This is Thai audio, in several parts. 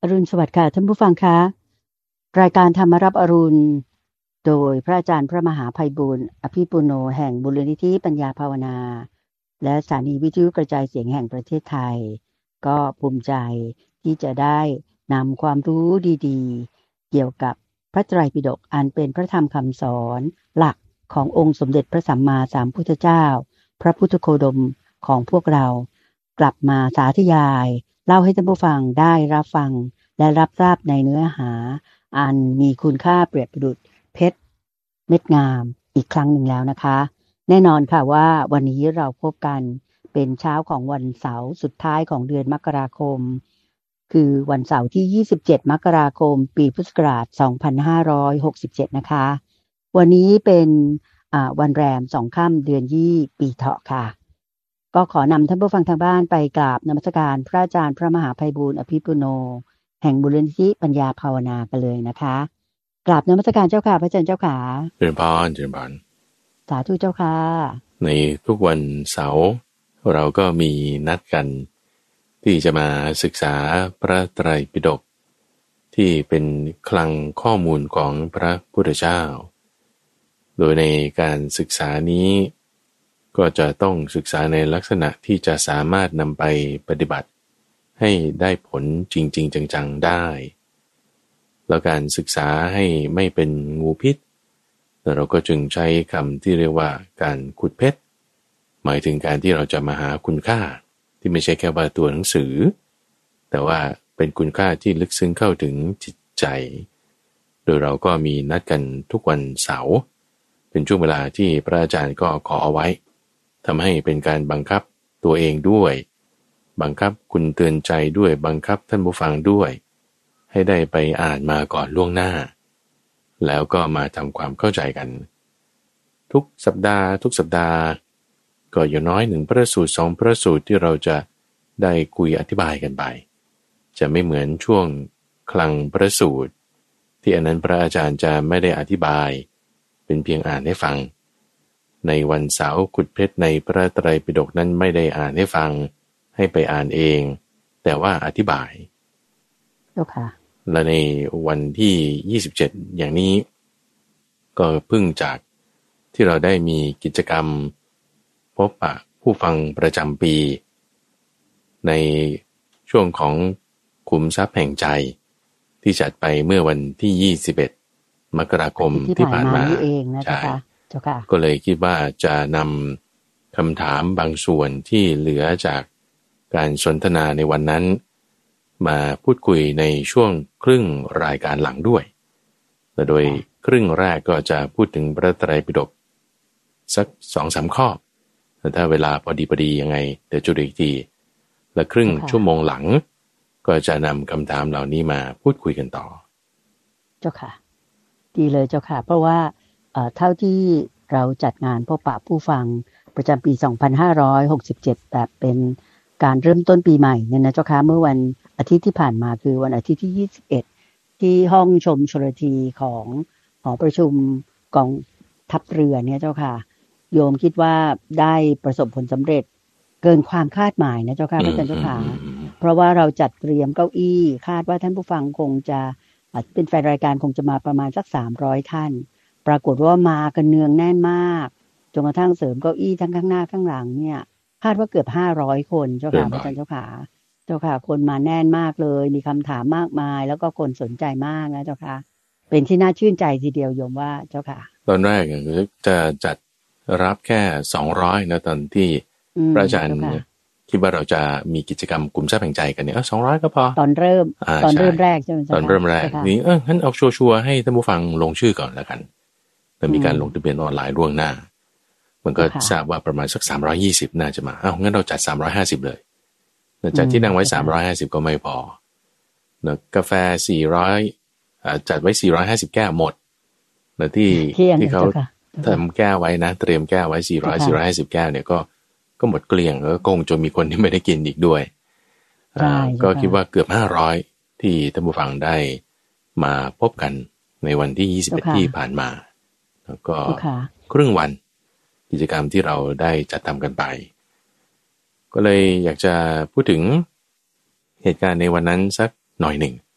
อรุณสวัสดิ์ค่ะท่านผู้ฟังคะรายการธรรมรับอรุณโดยพระอาจารย์พระมหาไพบูลย์อภิปุโนแห่งมูลนิธิปัญญาภาวนาและสถานีวิทยุกระจายเสียงแห่งประเทศไทยก็ภูมิใจที่จะได้นำความรู้ดีๆเกี่ยวกับพระไตรปิฎกอันเป็นพระธรรมคำสอนหลักขององค์สมเด็จพระสัมมาสัมพุทธเจ้าพระพุทธโคดมของพวกเรากลับมาสาธยายเล่าให้ท่านผู้ฟังได้รับฟังและรับทราบในเนื้อหาอันมีคุณค่าเปรียบประดุจเพชรเม็ดงามอีกครั้งหนึ่งแล้วนะคะแน่นอนค่ะว่าวันนี้เราพบกันเป็นเช้าของวันเสาร์สุดท้ายของเดือนมกราคมคือวันเสาร์ที่27มกราคมปีพุทธศักราช2567นะคะวันนี้เป็นวันแรม2ค่ำเดือนยี่ปีเถาะค่ะก็ขอนำท่านผู้ฟังทางบ้านไปกราบนมัสการพระอาจารย์พระมหาไพบูลย์อภิปุโนแห่งมูลนิธิปัญญาภาวนากันเลยนะคะกราบนมัสการเจ้าค่ะพระอาจารย์เจ้าค่ะเจริญพรเจริญพรสาธุเจ้าค่ะในทุกวันเสาร์เราก็มีนัดกันที่จะมาศึกษาพระไตรปิฎกที่เป็นคลังข้อมูลของพระพุทธเจ้าโดยในการศึกษานี้ก็จะต้องศึกษาในลักษณะที่จะสามารถนำไปปฏิบัติให้ได้ผลจริงๆจังๆได้แล้วการศึกษาให้ไม่เป็นงูพิษเราก็จึงใช้คำที่เรียกว่าการขุดเพชรหมายถึงการที่เราจะมาหาคุณค่าที่ไม่ใช่แค่ว่าตัวหนังสือแต่ว่าเป็นคุณค่าที่ลึกซึ้งเข้าถึงจิตใจโดยเราก็มีนัดกันทุกวันเสาร์เป็นช่วงเวลาที่พระอาจารย์ก็ขอเอาไว้ทำให้เป็นการบังคับตัวเองด้วยบังคับคุณเตือนใจด้วยบังคับท่านผู้ฟังด้วยให้ได้ไปอ่านมาก่อนล่วงหน้าแล้วก็มาทำความเข้าใจกันทุกสัปดาห์ก็อย่างน้อย1พระสูตร2พระสูตรที่เราจะได้คุยอธิบายกันไปจะไม่เหมือนช่วงคลังพระสูตรที่อันนั้นพระอาจารย์จะไม่ได้อธิบายเป็นเพียงอ่านให้ฟังในวันเสาร์ขุดเพชรในพระไตรปิฎกนั้นไม่ได้อ่านให้ฟังให้ไปอ่านเองแต่ว่าอธิบายและในวันที่27อย่างนี้ก็เพิ่งจากที่เราได้มีกิจกรรมพบปะผู้ฟังประจำปีในช่วงของขุมทรัพย์แห่งใจที่จัดไปเมื่อวันที่21มกราคมที่ผ่านมาใช่ก็เลยคิดว่าจะนำคำถามบางส่วนที่เหลือจากการสนทนาในวันนั้นมาพูดคุยในช่วงครึ่งรายการหลังด้วยโดยครึ่งแรกก็จะพูดถึงพระไตรปิฎกสัก 2-3 ข้อแต่ถ้าเวลาพอดียังไงเดี๋ยวจุดอีกทีและครึ่งชั่วโมงหลังก็จะนำคำถามเหล่านี้มาพูดคุยกันต่อเจ้าค่ะดีเลยเจ้าค่ะเพราะว่าเท่าที่เราจัดงานพบปะผู้ฟังประจำปี2567แบบเป็นการเริ่มต้นปีใหม่เนี่ยนะเจ้าค่ะเมื่อวันอาทิตย์ที่ผ่านมาคือวันอาทิตย์ที่21ที่ห้องชมชลทีของหอประชุมกองทัพเรือเนี่ยเจ้าค่ะโยมคิดว่าได้ประสบผลสำเร็จเกินความคาดหมายนะเจ้าค่ะพระอาจารย์เจ้าค่ะเพราะว่าเราจัดเตรียมเก้าอี้คาดว่าท่านผู้ฟังคงจะเป็นแฟนรายการคงจะมาประมาณสัก300ท่านปรากฏว่ามากันเนืองแน่นมากจนกระทั่งเสริมเก้าอี้ทั้งข้างหน้าข้างหลังเนี่ยคาดว่าเกือบ500คนเจ้าค่ะพระอาจารย์เจ้าค่ะคนมาแน่นมากเลยมีคำถามมากมายแล้วก็คนสนใจมากนะเจ้าค่ะเป็นที่น่าชื่นใจทีเดียวโยมว่าเจ้าค่ะตอนแรกจะจัดรับแค่200นะตอนที่พระอาจารย์คิดว่าเราจะมีกิจกรรมกลุ่มทรัพย์แห่งใจกันเนี่ย200ก็พอตอนเริ่มแรกใช่ไหมตอนเริ่มแรกนี้งั้นเอาชัวร์ให้ท่านผู้ฟังลงชื่อก่อนแล้วกันแล้วมีการลงทะเบียนออนไลน์ล่วงหน้ามันก็ทราบว่าประมาณสัก320น่าจะมางั้นเราจัด350เลยจัดที่นั่งไว้350ก็ไม่พอนะกาแฟ400จัดไว้450แก้วหมดนะที่เขาทำแก้วไว้นะเตรียมแก้วไว้450แก้วเนี่ยก็หมดเกลี้ยงแล้วก็คงจะมีคนที่ไม่ได้กินอีกด้วยก็คิดว่าเกือบ500ที่ท่านผู้ฟังได้มาพบกันในวันที่21ที่ผ่านมาแล้วก็ครึ่งวันกิจกรรมที่เราได้จัดทำกันไปก็เลยอยากจะพูดถึงเหตุการณ์ในวันนั้นสักหน่อยหนึ่ง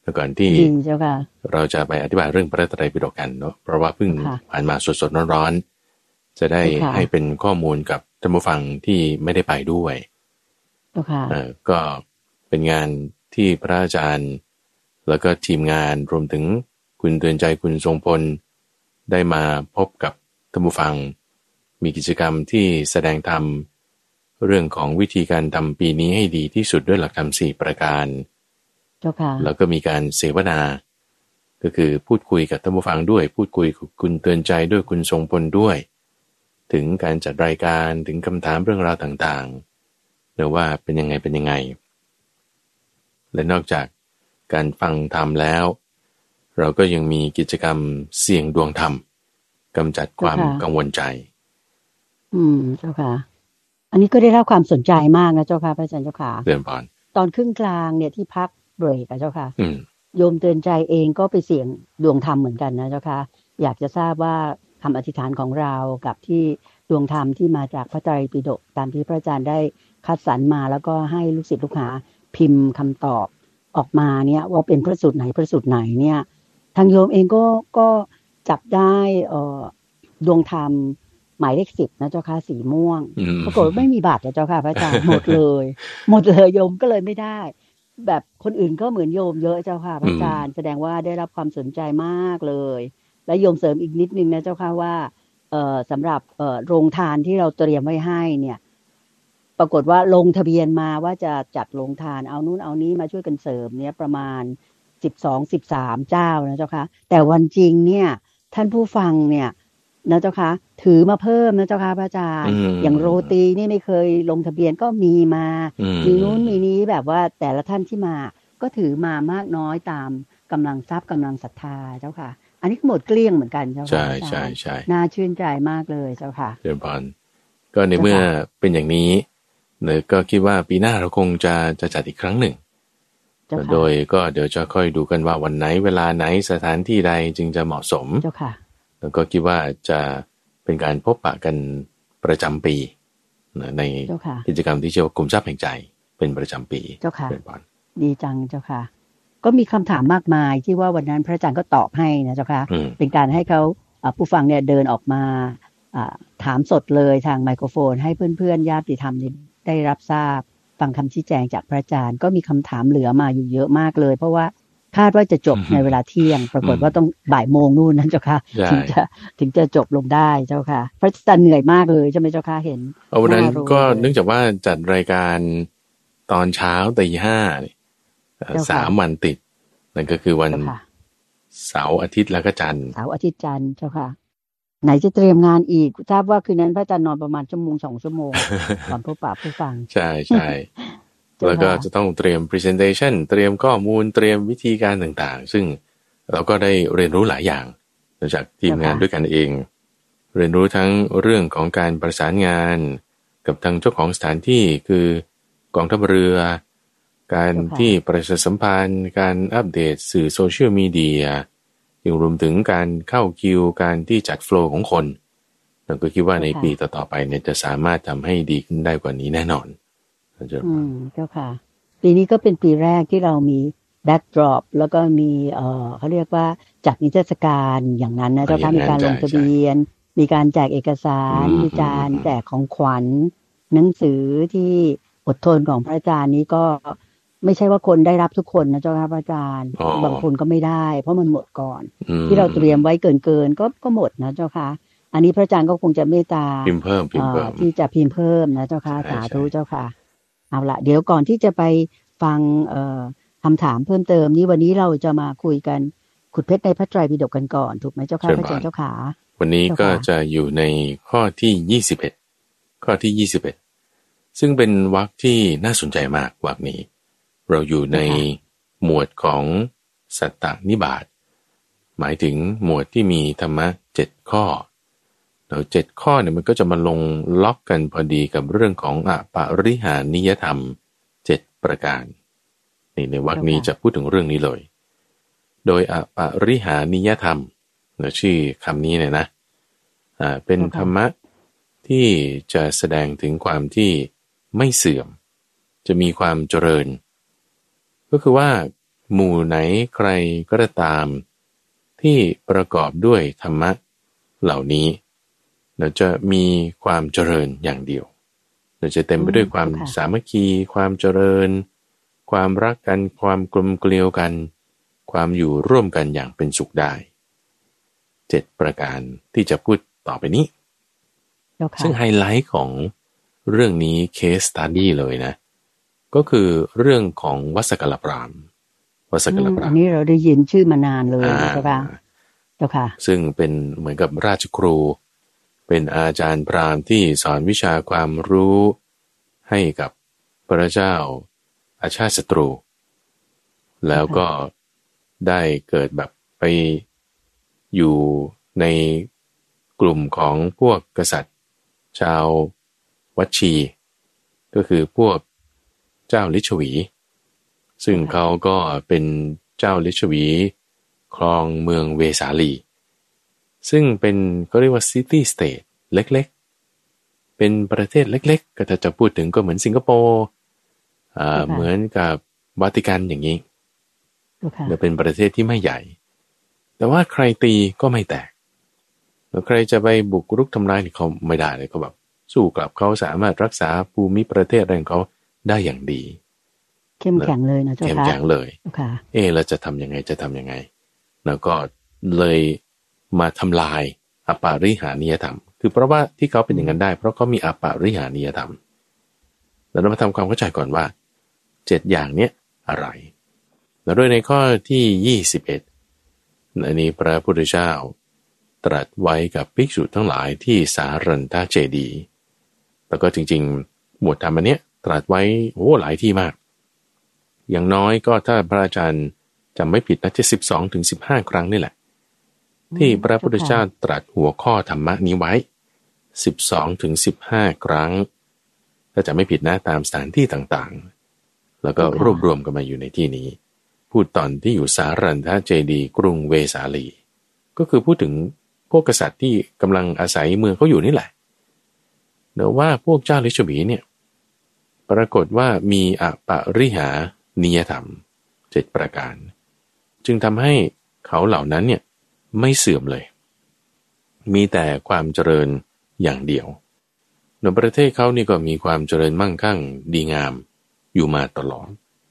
ก่อนที่ดีเจ้าค่ะเราจะไปอธิบายเรื่องพระไตรปิฎกกันเนาะเพราะว่าเพิ่งผ่านมาสดๆร้อนๆจะได้ให้เป็นข้อมูลกับท่านผู้ฟังที่ไม่ได้ไปด้วยก็เป็นงานที่พระอาจารย์แล้วก็ทีมงานรวมถึงคุณเตือนใจคุณทรงพลได้มาพบกับท่านผู้ฟังมีกิจกรรมที่แสดงธรรมเรื่องของวิธีการทำปีนี้ให้ดีที่สุดด้วยหลักธรรม4ประการแล้วก็มีการเสวนาก็คือพูดคุยกับท่านผู้ฟังด้วยพูดคุยกับคุณเตือนใจด้วยคุณทรงพลด้วยถึงการจัดรายการถึงคำถามเรื่องราวต่างๆหรือว่าเป็นยังไงและนอกจากการฟังธรรมแล้วเราก็ยังมีกิจกรรมเสี่ยงดวงธรรมกำจัดความกังวลใจเจ้าค่ะอันนี้ก็ได้รับความสนใจมากนะเจ้าค่ะพระอาจารย์เจ้าค่ะเรื่องพรตอนครึ่งกลางเนี่ยที่พักเบรกเจ้าค่ะโยมเตือนใจเองก็ไปเสี่ยงดวงธรรมเหมือนกันนะเจ้าค่ะอยากจะทราบว่าคำอธิษฐานของเรากับที่ดวงธรรมที่มาจากพระไตรปิฎกตามที่พระอาจารย์ได้คัดสรรมาแล้วก็ให้ลูกศิษย์ลูกหาพิมพ์คำตอบออกมาเนี่ยว่าเป็นพระสูตรไหนเนี่ยทางโยมเองก็จับได้ดวงธรรมหมายเลข10นะเจ้าค่ะสีม่วงปรากฏไม่มีบัตรนะเจ้าค่ะพระอาจารย์หมดเลยโยมก็เลยไม่ได้แบบคนอื่นก็เหมือนโยมเยอะเจ้าค่ะพระอาจารย์แสดงว่าได้รับความสนใจมากเลยและโยมเสริมอีกนิดนึงนะเจ้าค่ะว่าสำหรับโรงทานที่เราเตรียมไว้ให้เนี่ยปรากฏว่าลงทะเบียนมาว่าจะจัดโรงทานเอานู้นเอานี้มาช่วยกันเสริมเนี่ยประมาณ12-13เจ้านะเจ้าค่ะแต่วันจริงเนี่ยท่านผู้ฟังเนี่ยนะเจ้าค่ะถือมาเพิ่มนะเจ้าค่ะพระอาจารย์อย่างโรตีนี่ไม่เคยลงทะเบียนก็มีมามีนู้นมีนี้แบบว่าแต่ละท่านที่มาก็ถือมามากน้อยตามกำลังทรัพย์กำลังศรัทธาเจ้าค่ะอันนี้หมดเกลี้ยงเหมือนกันเจ้าค่ะใช่น่าชื่นใจมากเลยเจ้าค่ะเจริญพรก็ในเมื่อเป็นอย่างนี้เนยก็คิดว่าปีหน้าเราคงจะจัดอีกครั้งหนึ่งโดยก็เดี๋ยวจะค่อยดูกันว่าวันไหนเวลาไหนสถานที่ใดจึงจะเหมาะสมเจ้าค่ะแล้วก็คิดว่าจะเป็นการพบปะกันประจำปีในกิจกรรมที่ชื่อว่ากลุ่มทรัพย์แห่งใจเป็นประจำปีเจ้าค่ะดีจังเจ้าค่ะก็มีคำถามมากมายที่ว่าวันนั้นพระอาจารย์ก็ตอบให้นะเจ้าค่ะเป็นการให้เขาผู้ฟังเนี่ยเดินออกมาถามสดเลยทางไมโครโฟนให้เพื่อนๆญาติธรรมได้รับทราบฟังคำชี้แจงจากพระอาจารย์ก็มีคำถามเหลือมาอยู่เยอะมากเลยเพราะว่าคาดว่าจะจบในเวลาเที่ยงปรากฏว่าต้องบ่ายโมงนู่นนั่นเจ้าค่ะถึงจะจบลงได้เจ้าค่ะพระอาจารย์เหนื่อยมากเลยใช่ไหมเจ้าค่ะเห็นวันนั้นก็เนื่องจากว่าจัดรายการตอนเช้าตีห้า3 วันติดนั่นก็คือวันเสาร์อาทิตย์แล้วก็จันทร์เสาร์อาทิตย์จันทร์เจ้าค่ะไหนจะเตรียมงานอีกทราบว่าคืนนั้นพระอาจารย์นอนประมาณ1-2 ชั่วโมงก่อนพบปะผู้ฟังใช่แล้วก็จะต้องเตรียม presentation เตรียมข้อมูลเตรียมวิธีการต่างๆซึ่งเราก็ได้เรียนรู้หลายอย่างจากทีมงานด้วยกันเองเรียนรู้ทั้งเรื่องของการประสานงานกับทางเจ้าของสถานที่คือกองทัพเรือการที่ประชาสัมพันธ์การอัปเดตสื่อโซเชียลมีเดียยังรวมถึงการเข้าคิวการที่จัดโฟลว์ของคนเราก็คิดว่าในปีต่อๆไปเนี่ยจะสามารถทำให้ดีขึ้นได้กว่านี้แน่นอนเจ้าค่ะปีนี้ก็เป็นปีแรกที่เรามีแบ็กดรอปแล้วก็มีเขาเรียกว่าจัดนิทรรศการอย่างนั้นนะเจ้าค่ะมีการลงทะเบียนมีการแจกเอกสารมีการแจกของขวัญหนังสือที่อดทนของพระอาจารย์นี้ก็ไม่ใช่ว่าคนได้รับทุกคนนะเจ้าค่ะพระอาจารย์บางคนก็ไม่ได้เพราะมันหมดก่อนที่เราเตรียมไว้เกินก็หมดนะเจ้าค่ะอันนี้พระอาจารย์ก็คงจะเมตตาพิมพ์เพิ่มที่จะพิมพ์เพิ่มนะเจ้าค่ะสาธุเจ้าค่ะเอาละเดี๋ยวก่อนที่จะไปฟังคำถามเพิ่มเติมนี้วันนี้เราจะมาคุยกันขุดเพชรในพระไตรปิฎกกันก่อนถูกไหมเจ้าค่ะพระอาจารย์เจ้าค่ะวันนี้ก็จะอยู่ในข้อที่21ข้อที่21ซึ่งเป็นวรรคที่น่าสนใจมากวรรคนี้เราอยู่ในหมวดของสัตตนิบาตหมายถึงหมวดที่มีธรรมะ7ข้อแล้ว7ข้อเนี่ยมันก็จะมาลงล็อกกันพอดีกับเรื่องของอปริหานิยธรรม7ประการในวรรคนี้จะพูดถึงเรื่องนี้เลยโดยอปริหานิยธรรมชื่อคำนี้เนี่ยนะเป็นธรรมะที่จะแสดงถึงความที่ไม่เสื่อมจะมีความเจริญก็คือว่าหมู่ไหนใครก็ตามที่ประกอบด้วยธรรมะเหล่านี้เราจะมีความเจริญอย่างเดียวเราจะเต็มไปด้วยความสามัคคีความเจริญความรักกันความกลมเกลียวกันความอยู่ร่วมกันอย่างเป็นสุขได้7ประการที่จะพูดต่อไปนี้ซึ่งไฮไลท์ของเรื่องนี้เคสสตัดดี้เลยนะก็คือเรื่องของวัสกลพราหมณ์วัสกลพราหมณ์อันนี้เราได้ยินชื่อมานานเลยนะคะเจ้าค่ะซึ่งเป็นเหมือนกับราชครูเป็นอาจารย์พราหมณ์ที่สอนวิชาความรู้ให้กับพระเจ้าอาชาติศัตรูแล้วก็ได้เกิดแบบไปอยู่ในกลุ่มของพวกกษัตริย์ชาววัชชีก็คือพวกเจ้าลิชวีซึ่งเขาก็เป็นเจ้าลิชวีครองเมืองเวสาลีซึ่งเป็นก็เรียกว่าซิตี้สเตทเล็กๆเป็นประเทศเล็กๆก็ถ้าจะพูดถึงก็เหมือนสิงคโปร์เหมือนกับวาติกันอย่างนี้จะเป็นประเทศที่ไม่ใหญ่แต่ว่าใครตีก็ไม่แตกแล้วใครจะไปบุกรุกทำลายเขาไม่ได้เลยเขาแบบสู้กลับเขาสามารถรักษาภูมิประเทศของเขาได้อย่างดีเข้มแข็งเลยนะเจ้าค่ะเข้มแข็งเลยเราจะทำยังไงแล้วก็เลยมาทำลายอปาริหานิยธรรมคือเพราะว่าที่เขาเป็นอย่างนั้นได้เพราะเขามีอปาริหานิยธรรมแล้วเรามาทำความเข้าใจก่อนว่า7อย่างเนี้ยอะไรแล้วโดยในข้อที่21อันนี้พระพุทธเจ้าตรัสไว้กับภิกษุทั้งหลายที่สารันทเจดีย์แล้วก็จริงๆหมวดธรรมอันเนี้ยตรัสไว้หลายที่มากอย่างน้อยก็ถ้าพระอาจารย์จำไม่ผิดนะจะ12-15 ครั้งนี่แหละที่พระพุทธเจ้าตรัสหัวข้อธรรมะนี้ไว้12-15 ครั้งถ้าจะไม่ผิดนะตามสถานที่ต่างๆแล้วก็รวบรวมกันมาอยู่ในที่นี้พูดตอนที่อยู่สารันทเจดีย์กรุงเวสาลีก็คือพูดถึงพวกกษัตริย์ที่กำลังอาศัยเมืองเขาอยู่นี่แหละแต่ว่าพวกเจ้าลิชวีเนี่ยปรากฏว่ามีอปริหานิยธรรม7ประการจึงทำให้เขาเหล่านั้นเนี่ยไม่เสื่อมเลยมีแต่ความเจริญอย่างเดียวในประเทศเขานี่ก็มีความเจริญมั่งคั่งดีงามอยู่มาตลอด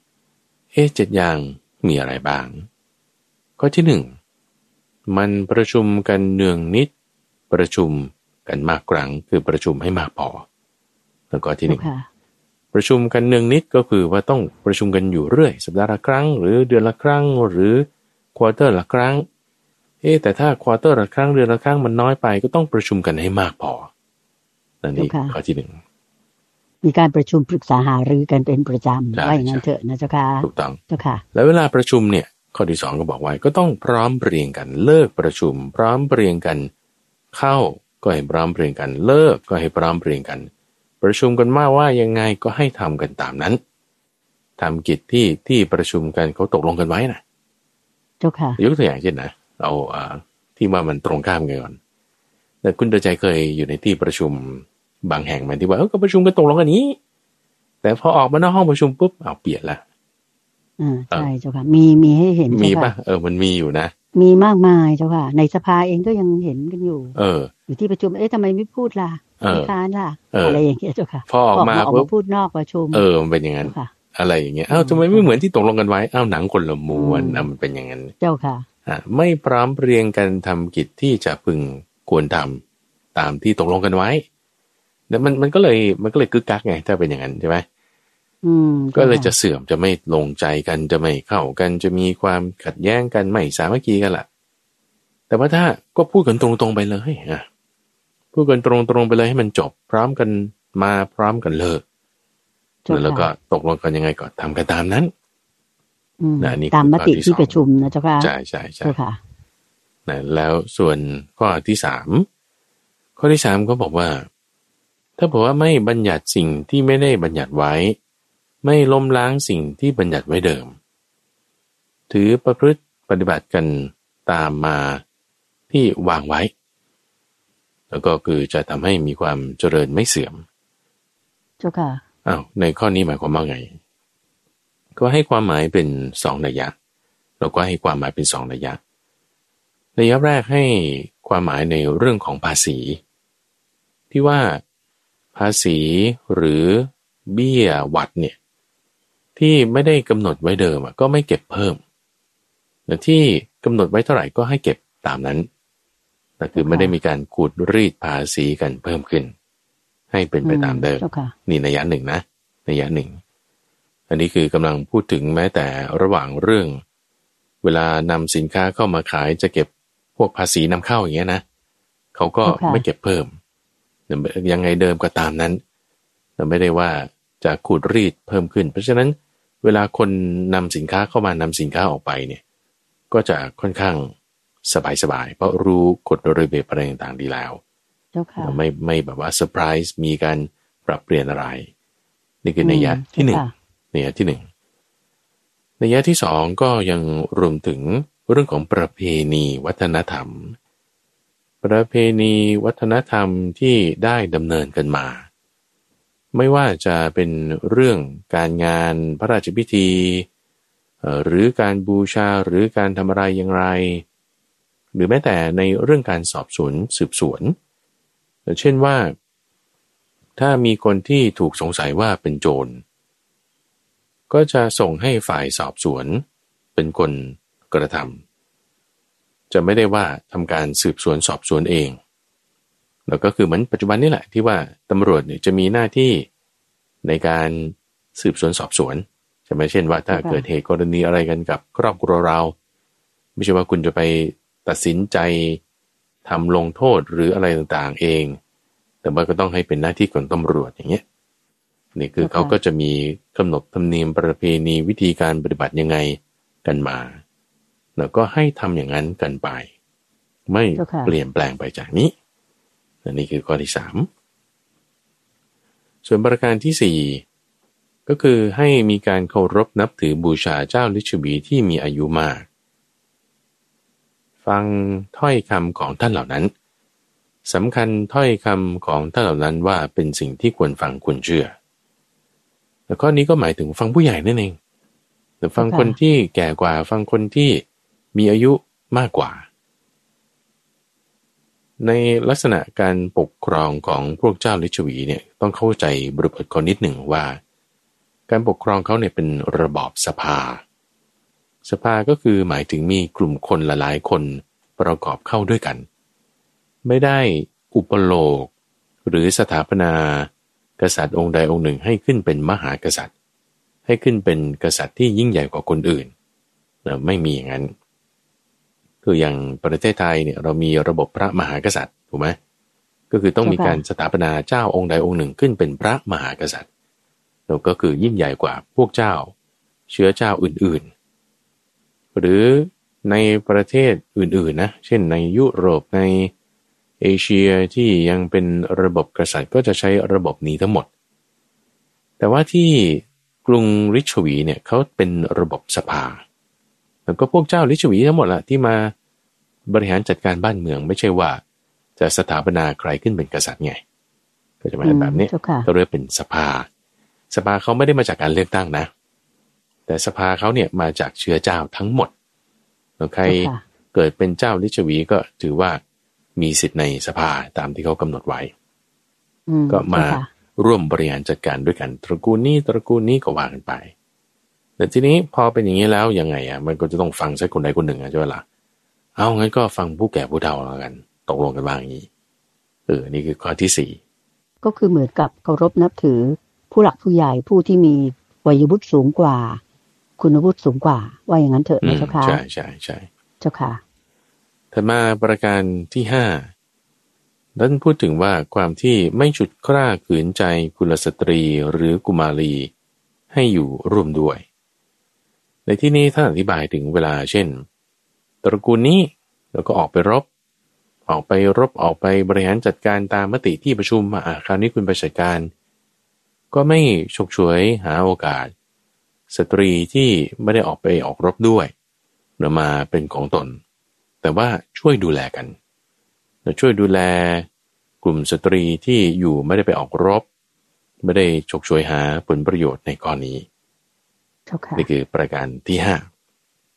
7อย่างมีอะไรบ้างข้อที่1มันประชุมกันเนืองนิดประชุมกันมากครั้งคือประชุมให้มากพอแล้วก็ที่1ประชุมกันเนืองนิดก็คือว่าต้องประชุมกันอยู่เรื่อยสัปดาห์ละครั้งหรือเดือนละครั้งหรือควอเตอร์ละครั้งแต่ถ้าควอเตอร์ละครั้งเดือนละครั้งมันน้อยไปก็ต้องประชุมกันให้มากพอนั่นนี่ข้อที่1 มีการประชุมปรึกษาหารือกันเป็นประจำว่าอย่างนั้นเถอะนะเจ้าค่ะถูกต้องเจ้าค่ะแล้วเวลาประชุมเนี่ยข้อที่2ก็บอกไว้ก็ต้องพร้อมเพรียงกันเลิกประชุมพร้อมเพรียงกันเข้าก็ให้พร้อมเพรียงกันเลิกก็ให้พร้อมเพรียงกันประชุมกันมาว่ายังไงก็ให้ทำกันตามนั้นทำกิจที่ประชุมกันเขาตกลงกันไว้นะเจ้าค่ะยกตัวอย่างเช่นนะเอาที่ว่ามันตรงข้ามกันก่อนแต่คุณเดชใจเคยอยู่ในที่ประชุมบางแห่งมันที่ว่าก็ประชุมกันตกลงกันนี้แต่พอออกมานอกห้องประชุมปุ๊บเอาเปลี่ยนละใช่เจ้าค่ะมีให้เห็นมีป่ะมันมีอยู่นะมีมากมายเจ้าค่ะในสภาเองก็ยังเห็นกันอยู่อยู่ที่ประชุมทำไมไม่พูดล่ะไม่ค้านล่ะอะไรอย่างเงี้ยเจ้าค่ะพอออกมาพูดนอกประชุมมันเป็นอย่างนั้นอะไรอย่างเงี้ยทำไมไม่เหมือนที่ตกลงกันไว้หนังคนละม้วนมันเป็นอย่างนั้นเจ้าค่ะไม่พร้อมเพรียงกันทำกิจที่จะพึงควรทำตามที่ตกลงกันไว้แล้วมันก็เลยกึกกักไงถ้าเป็นอย่างนั้นใช่ไหมก็เลยจะเสื่อมจะไม่ลงใจกันจะไม่เข้ากันจะมีความขัดแย้งกันไม่สามัคคีกันล่ะแต่ว่าถ้าก็พูดกันตรงๆไปเลยพูดกันตรงๆไปเลยให้มันจบพร้อมกันมาพร้อมกันเลิกแล้วก็ตกลงกันยังไงก็ทำกันตามนั้นนี่ตามมติที่ประชุมนะเจ้าค่ะใช่ใช่ใช่ค่ะแล้วส่วนข้อที่3ก็บอกว่าถ้าบอกว่าไม่บัญญัติสิ่งที่ไม่ได้บัญญัติไว้ไม่ล้มล้างสิ่งที่บัญญัติไว้เดิมถือประพฤติปฏิบัติกันตามมาที่วางไว้แล้วก็คือจะทำให้มีความเจริญไม่เสื่อมเจ้าค่ะในข้อนี้หมายความว่าไงก็ให้ความหมายเป็น2 นัยยะเราก็ให้ความหมายเป็น2นัยยะแรกให้ความหมายในเรื่องของภาษีที่ว่าภาษีหรือเบี้ยหวัดเนี่ยที่ไม่ได้กำหนดไว้เดิมก็ไม่เก็บเพิ่มแต่ที่กำหนดไว้เท่าไหร่ก็ให้เก็บตามนั้นแต่คือไม่ได้มีการขูดรีดภาษีกันเพิ่มขึ้นให้เป็นไปตามเดิมนี่นัยยะหนึ่งนะนัยยะหนึ่งอันนี้คือกำลังพูดถึงแม้แต่ระหว่างเรื่องเวลานำสินค้าเข้ามาขายจะเก็บพวกภาษีนำเข้าอย่างเงี้ยนะเขาก็ไม่เก็บเพิ่มยังไงเดิมก็ตามนั้นแต่ไม่ได้ว่าจะขูดรีดเพิ่มขึ้นเพราะฉะนั้นเวลาคนนำสินค้าเข้ามานำสินค้าออกไปเนี่ยก็จะค่อนข้างสบายเพราะรู้กฎระเบียบอะไรต่างๆดีแล้วไม่แบบว่าเซอร์ไพรส์มีการปรับเปลี่ยนอะไรนี่คือนัยยะที่หนึ่งนัยยะที่หนึ่งนัยยะที่สองก็ยังรวมถึงเรื่องของประเพณีวัฒนธรรมประเพณีวัฒนธรรมที่ได้ดำเนินกันมาไม่ว่าจะเป็นเรื่องการงานพระราชพิธีหรือการบูชาหรือการทำอะไรอย่างไรหรือแม้แต่ในเรื่องการสอบสวนสืบสวนเช่นว่าถ้ามีคนที่ถูกสงสัยว่าเป็นโจรก็จะส่งให้ฝ่ายสอบสวนเป็นคนกระทำจะไม่ได้ว่าทำการสืบสวนสอบสวนเองแล้วก็คือเหมือนปัจจุบันนี่แหละที่ว่าตำรวจเนี่ยจะมีหน้าที่ในการสืบสวนสอบสวนใช่ไหมเช่นว่าถ้าเกิดเหตุกรณีอะไรกันกับครอบครัวเราไม่ใช่ว่าคุณจะไปตัดสินใจทำลงโทษหรืออะไรต่างๆเองแต่ว่าก็ต้องให้เป็นหน้าที่ของตำรวจอย่างเงี้ยนี่คือเขาก็จะมีกำหนดธรรมเนียมประเพณีวิธีการปฏิบัติยังไงกันมาแล้วก็ให้ทำอย่างนั้นกันไปไม่เปลี่ยนแปลงไปจากนี้นี่คือข้อที่สามส่วนประการที่สี่ก็คือให้มีการเคารพนับถือบูชาเจ้าลิชวีที่มีอายุมากฟังถ้อยคำของท่านเหล่านั้นสำคัญถ้อยคำของท่านเหล่านั้นว่าเป็นสิ่งที่ควรฟังควรเชื่อแล้วข้อนี้ก็หมายถึงฟังผู้ใหญ่นั่นเองแต่ฟังคนที่แก่กว่าฟังคนที่มีอายุมากกว่าในลักษณะการปกครองของพวกเจ้าลิชวีเนี่ยต้องเข้าใจบริบทคนนิดหนึ่งว่าการปกครองเขาเนี่ยเป็นระบอบสภาก็คือหมายถึงมีกลุ่มคนหลายๆคนประกอบเข้าด้วยกันไม่ได้อุปโลกหรือสถาปนากษัตริย์องค์ใดองค์หนึ่งให้ขึ้นเป็นมหากษัตริย์ให้ขึ้นเป็นกษัตริย์ที่ยิ่งใหญ่กว่าคนอื่นไม่มีอย่างนั้นคืออย่างประเทศไทยเนี่ยเรามีระบบพระมหากษัตริย์ถูกไหมก็คือต้องมีการสถาปนาเจ้าองค์ใดองค์หนึ่งขึ้นเป็นพระมหากษัตริย์แล้วก็คือยิ่งใหญ่กว่าพวกเจ้าเชื้อเจ้าอื่นๆหรือในประเทศอื่นๆนะเช่นในยุโรปในเอเชียที่ยังเป็นระบบกษัตริย์ก็จะใช้ระบบนี้ทั้งหมดแต่ว่าที่กรุงริชวีเนี่ยเขาเป็นระบบสภาแล้วก็พวกเจ้าลิชวีทั้งหมดละที่มาบริหารจัดการบ้านเมืองไม่ใช่ว่าจะสถาปนาใครขึ้นเป็นกษัตริย์ไงก็จะมาแบบนี้ก็เรียกเป็นสภาเขาไม่ได้มาจากการเลือกตั้งนะแต่สภาเขาเนี่ยมาจากเชื้อเจ้าทั้งหมดแล้วใครเกิดเป็นเจ้าลิชวีก็ถือว่ามีสิทธิ์ในสภาตามที่เขากำหนดไว้ก็มาร่วมบริหารจัดการด้วยกันตระกูลนี้ก็ว่ากันไปแต่ทีนี้พอเป็นอย่างนี้แล้วยังไงมันก็จะต้องฟังสักคนใดคนหนึ่งใช่ไหมล่ะเอางั้นก็ฟังผู้แก่ผู้เฒ่าแล้วกันตกลงกันว่าอย่างนี้นี่คือข้อที่สี่ก็คือเหมือนกับเคารพนับถือผู้หลักผู้ใหญ่ผู้ที่มีวัยวุฒิสูงกว่าคุณวุฒิสูงกว่าว่าอย่างนั้นเถอะนะเจ้าค่ะใช่เจ้าค่ะถัดมาประการที่ห้าท่านพูดถึงว่าความที่ไม่ฉุดกล้าขืนใจกุลสตรีหรือกุมารีให้อยู่ร่วมด้วยในที่นี้ท่านอธิบายถึงเวลาเช่นตระกูลนี้แล้วก็ออกไปรบออกไปบริหารจัดการตามมติที่ประชุมคราวนี้คุณไปจัดการก็ไม่ฉกฉวยหาโอกาสสตรีที่ไม่ได้ออกรบด้วยมาเป็นของตนแต่ว่าช่วยดูแลกันช่วยดูแลกลุ่มสตรีที่อยู่ไม่ได้ไปออกรบไม่ได้ฉกฉวยหาผลประโยชน์ในกรณีนี่คือประการที่ห้า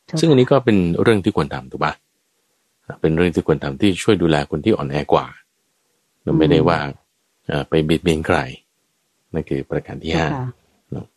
ซึ่งอันนี้ก็เป็นเรื่องที่ควรทำถูกปะเป็นเรื่องที่ควรทำที่ช่วยดูแลคนที่อ่อนแอกว่าเราไม่ได้ว่าไปเบียดเบียนใครนั่นคือประการที่ห้าเนาะ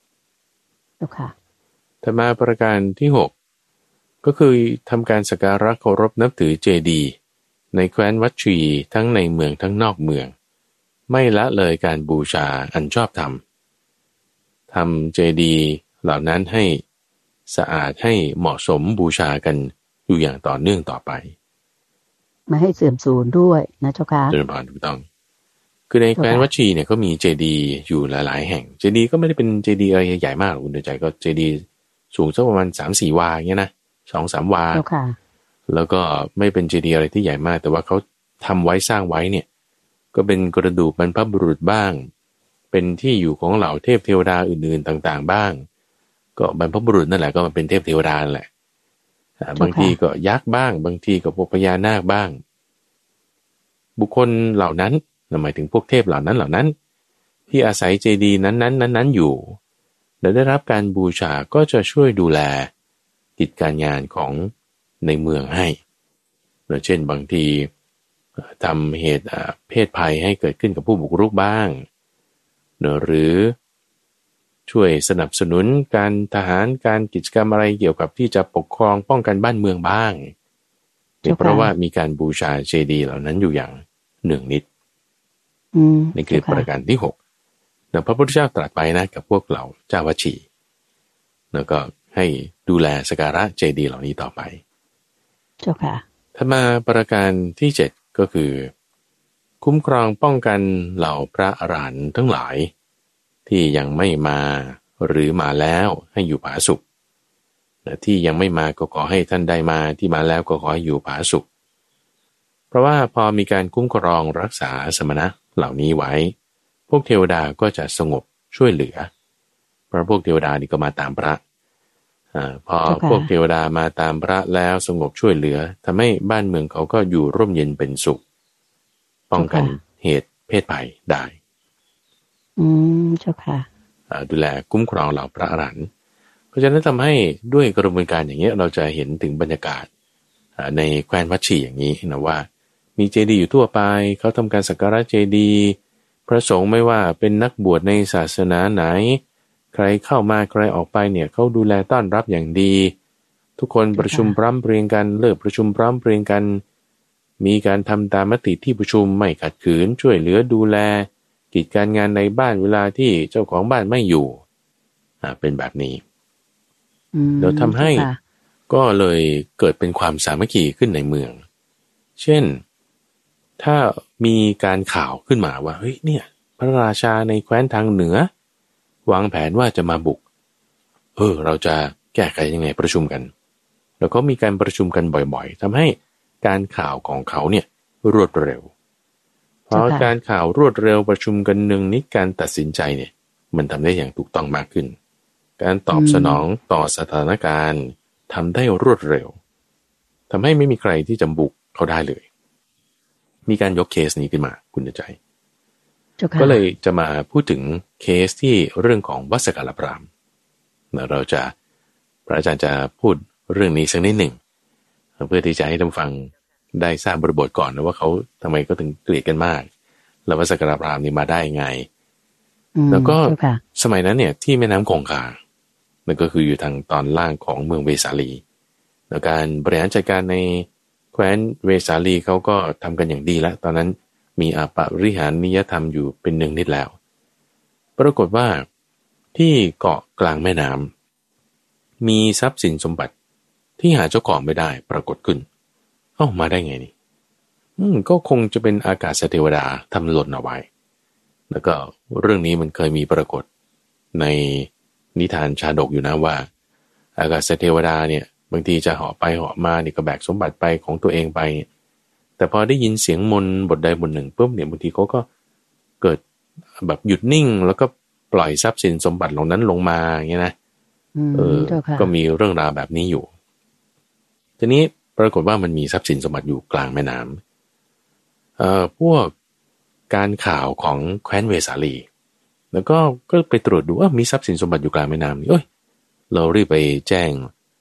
ถัดมาประการที่หกก็คือทำการสักการะเคารพนับถือเจดีย์ในแคว้นวัดชีทั้งในเมืองทั้งนอกเมืองไม่ละเลยการบูชาอันชอบธรรมทำเจดีย์เหล่านั้นให้สะอาดให้เหมาะสมบูชากันอยู่อย่างต่อเนื่องต่อไปไม่ให้เสื่อมสูญด้วยนะเจ้าค่ะเจริญพรถูกต้องคือในแคว้นวัดชีเนี่ยก็มีเจดีย์อยู่หลายๆแห่งเจดีย์ก็ไม่ได้เป็นเจดีย์อะไรใหญ่มากคุณเดชใจก็เจดีย์สูงสักประมาณ 3-4 วาอย่างเงี้ยนะ 2-3 วาแล้วก็ไม่เป็นเจดีย์อะไรที่ใหญ่มากแต่ว่าเขาทำไว้สร้างไว้เนี่ยก็เป็นกระดูกบรรพบุรุษบ้างเป็นที่อยู่ของเหล่าเทพเทวดาอื่นๆต่างๆบ้างก็บรรพบุรุษนั่นแหละก็มาเป็นเทพเทวดาแหละบางทีก็ยักษ์บ้างบางทีก็พวกพญานาคบ้างบุคคลเหล่านั้นหมายถึงพวกเทพเหล่านั้นที่อาศัยเจดีย์นั้นอยู่และได้รับการบูชาก็จะช่วยดูแลกิจการงานของในเมืองให้เช่นบางทีทำเหตุเพศภัยให้เกิดขึ้นกับผู้บุกรุกบ้างหรือช่วยสนับสนุนการทหารการกิจกรรมอะไรเกี่ยวกับที่จะปกครองป้องกันบ้านเมืองบ้างเพราะว่ามีการบูชาเจดีย์เหล่านั้นอยู่อย่างเนืองนิดนี่คือประการที่6พระพุทธเจ้าตรัสไปนะกับพวกเหล่าเจ้าวัชีแล้วก็ให้ดูแลสักการะเจดีย์เหล่านี้ต่อไปเจ้าค่ะถ้ามาประการที่7ก็คือคุ้มครองป้องกันเหล่าพระอรหันต์ทั้งหลายที่ยังไม่มาหรือมาแล้วให้อยู่ผาสุกที่ยังไม่มาก็ขอให้ท่านได้มาที่มาแล้วก็ขอให้อยู่ผาสุกเพราะว่าพอมีการคุ้มครองรักษาสมณะเหล่านี้ไว้พวกเทวดาก็จะสงบช่วยเหลือเพราะพวกเทวดานี่ก็มาตามพระพอพวกเทวดามาตามพระแล้วสงบช่วยเหลือทำให้บ้านเมืองเขาก็อยู่ร่มเย็นเป็นสุขป้องกันเหตุเพศภัยได้เจ้าค่ะดูแลคุ้มครองเหล่าพระอรหันต์เพราะฉะนั้นทำให้ด้วยกระบวนการอย่างนี้เราจะเห็นถึงบรรยากาศในแคว้นวัดชีอย่างนี้นะว่ามีเจดีย์อยู่ทั่วไปเขาทำการสักการะเจดีย์พระสงฆ์ไม่ว่าเป็นนักบวชในศาสนาไหนใครเข้ามาใครออกไปเนี่ยเขาดูแลต้อนรับอย่างดีทุกคนประชุมพร้อมเพรียงกันเลิกประชุมพร้อมเพรียงกันมีการทำตามมติที่ประชุมไม่ขัดขืนช่วยเหลือดูแลกิจการงานในบ้านเวลาที่เจ้าของบ้านไม่อยู่เป็นแบบนี้แล้วทำให้ก็เลยเกิดเป็นความสามัคคีขึ้นในเมืองเช่นถ้ามีการข่าวขึ้นมาว่าเฮ้ยเนี่ยพระราชาในแคว้นทางเหนือวางแผนว่าจะมาบุกเราจะแก้ไขยังไงประชุมกันแล้วก็มีการประชุมกันบ่อยๆทำให้การข่าวของเขาเนี่ยรวดเร็วเพราะการข่าวรวดเร็วประชุมกันหนึ่งนี้การตัดสินใจเนี่ยมันทำได้อย่างถูกต้องมากขึ้นการตอบสนองต่อสถานการณ์ทำได้รวดเร็วทำให้ไม่มีใครที่จะบุกเขาได้เลยมีการยกเคสนี้ขึ้นมาคุณใจก็เลยจะมาพูดถึงเคสที่เรื่องของวัดสกาลพราหมณ์เราจะพระอาจารย์จะพูดเรื่องนี้สักนิดหนึ่งเพื่อที่จะให้ท่านฟังได้ทราบบริบทก่อนนะว่าเขาทำไมก็ถึงเกลียดกันมากแล้ววัดสกาลพราหมณ์นี่มาได้ไงแล้วก็สมัยนั้นเนี่ยที่แม่น้ำคงคามันก็คืออยู่ทางตอนล่างของเมืองเวสาลีแล้วการบริหารจัดการในแคว้นเวสาลีเขาก็ทำกันอย่างดีแล้วตอนนั้นมีอปริหารนิยธรรมอยู่เป็นหนึ่งนิดแล้วปรากฏว่าที่เกาะกลางแม่น้ำมีทรัพย์สินสมบัติที่หาเจ้าของไม่ได้ปรากฏขึ้นมาได้ไงนี่ก็คงจะเป็นอากาศเทวดาทำหล่นเอาไว้แล้วก็เรื่องนี้มันเคยมีปรากฏในนิทานชาดกอยู่นะว่าอากาศเทวดาเนี่ยบางทีจะเหาะไปเหาะมานี่ก็แบกสมบัติไปของตัวเองไปแต่พอได้ยินเสียงมนต์บทใดบทหนึ่งปุ๊บเนี่ยบางทีเขาก็เกิดแบบหยุดนิ่งแล้วก็ปล่อยทรัพย์สินสมบัติเหล่านั้นลงมาอย่างเงี้ยนะก็มีเรื่องราวแบบนี้อยู่ทีนี้ปรากฏว่ามันมีทรัพย์สินสมบัติอยู่กลางแม่น้ำพวกการข่าวของแคว้นเวสาลีแล้วก็ไปตรวจดูว่ามีทรัพย์สินสมบัติอยู่กลางแม่น้ำนี่เรารีบไปแจ้ง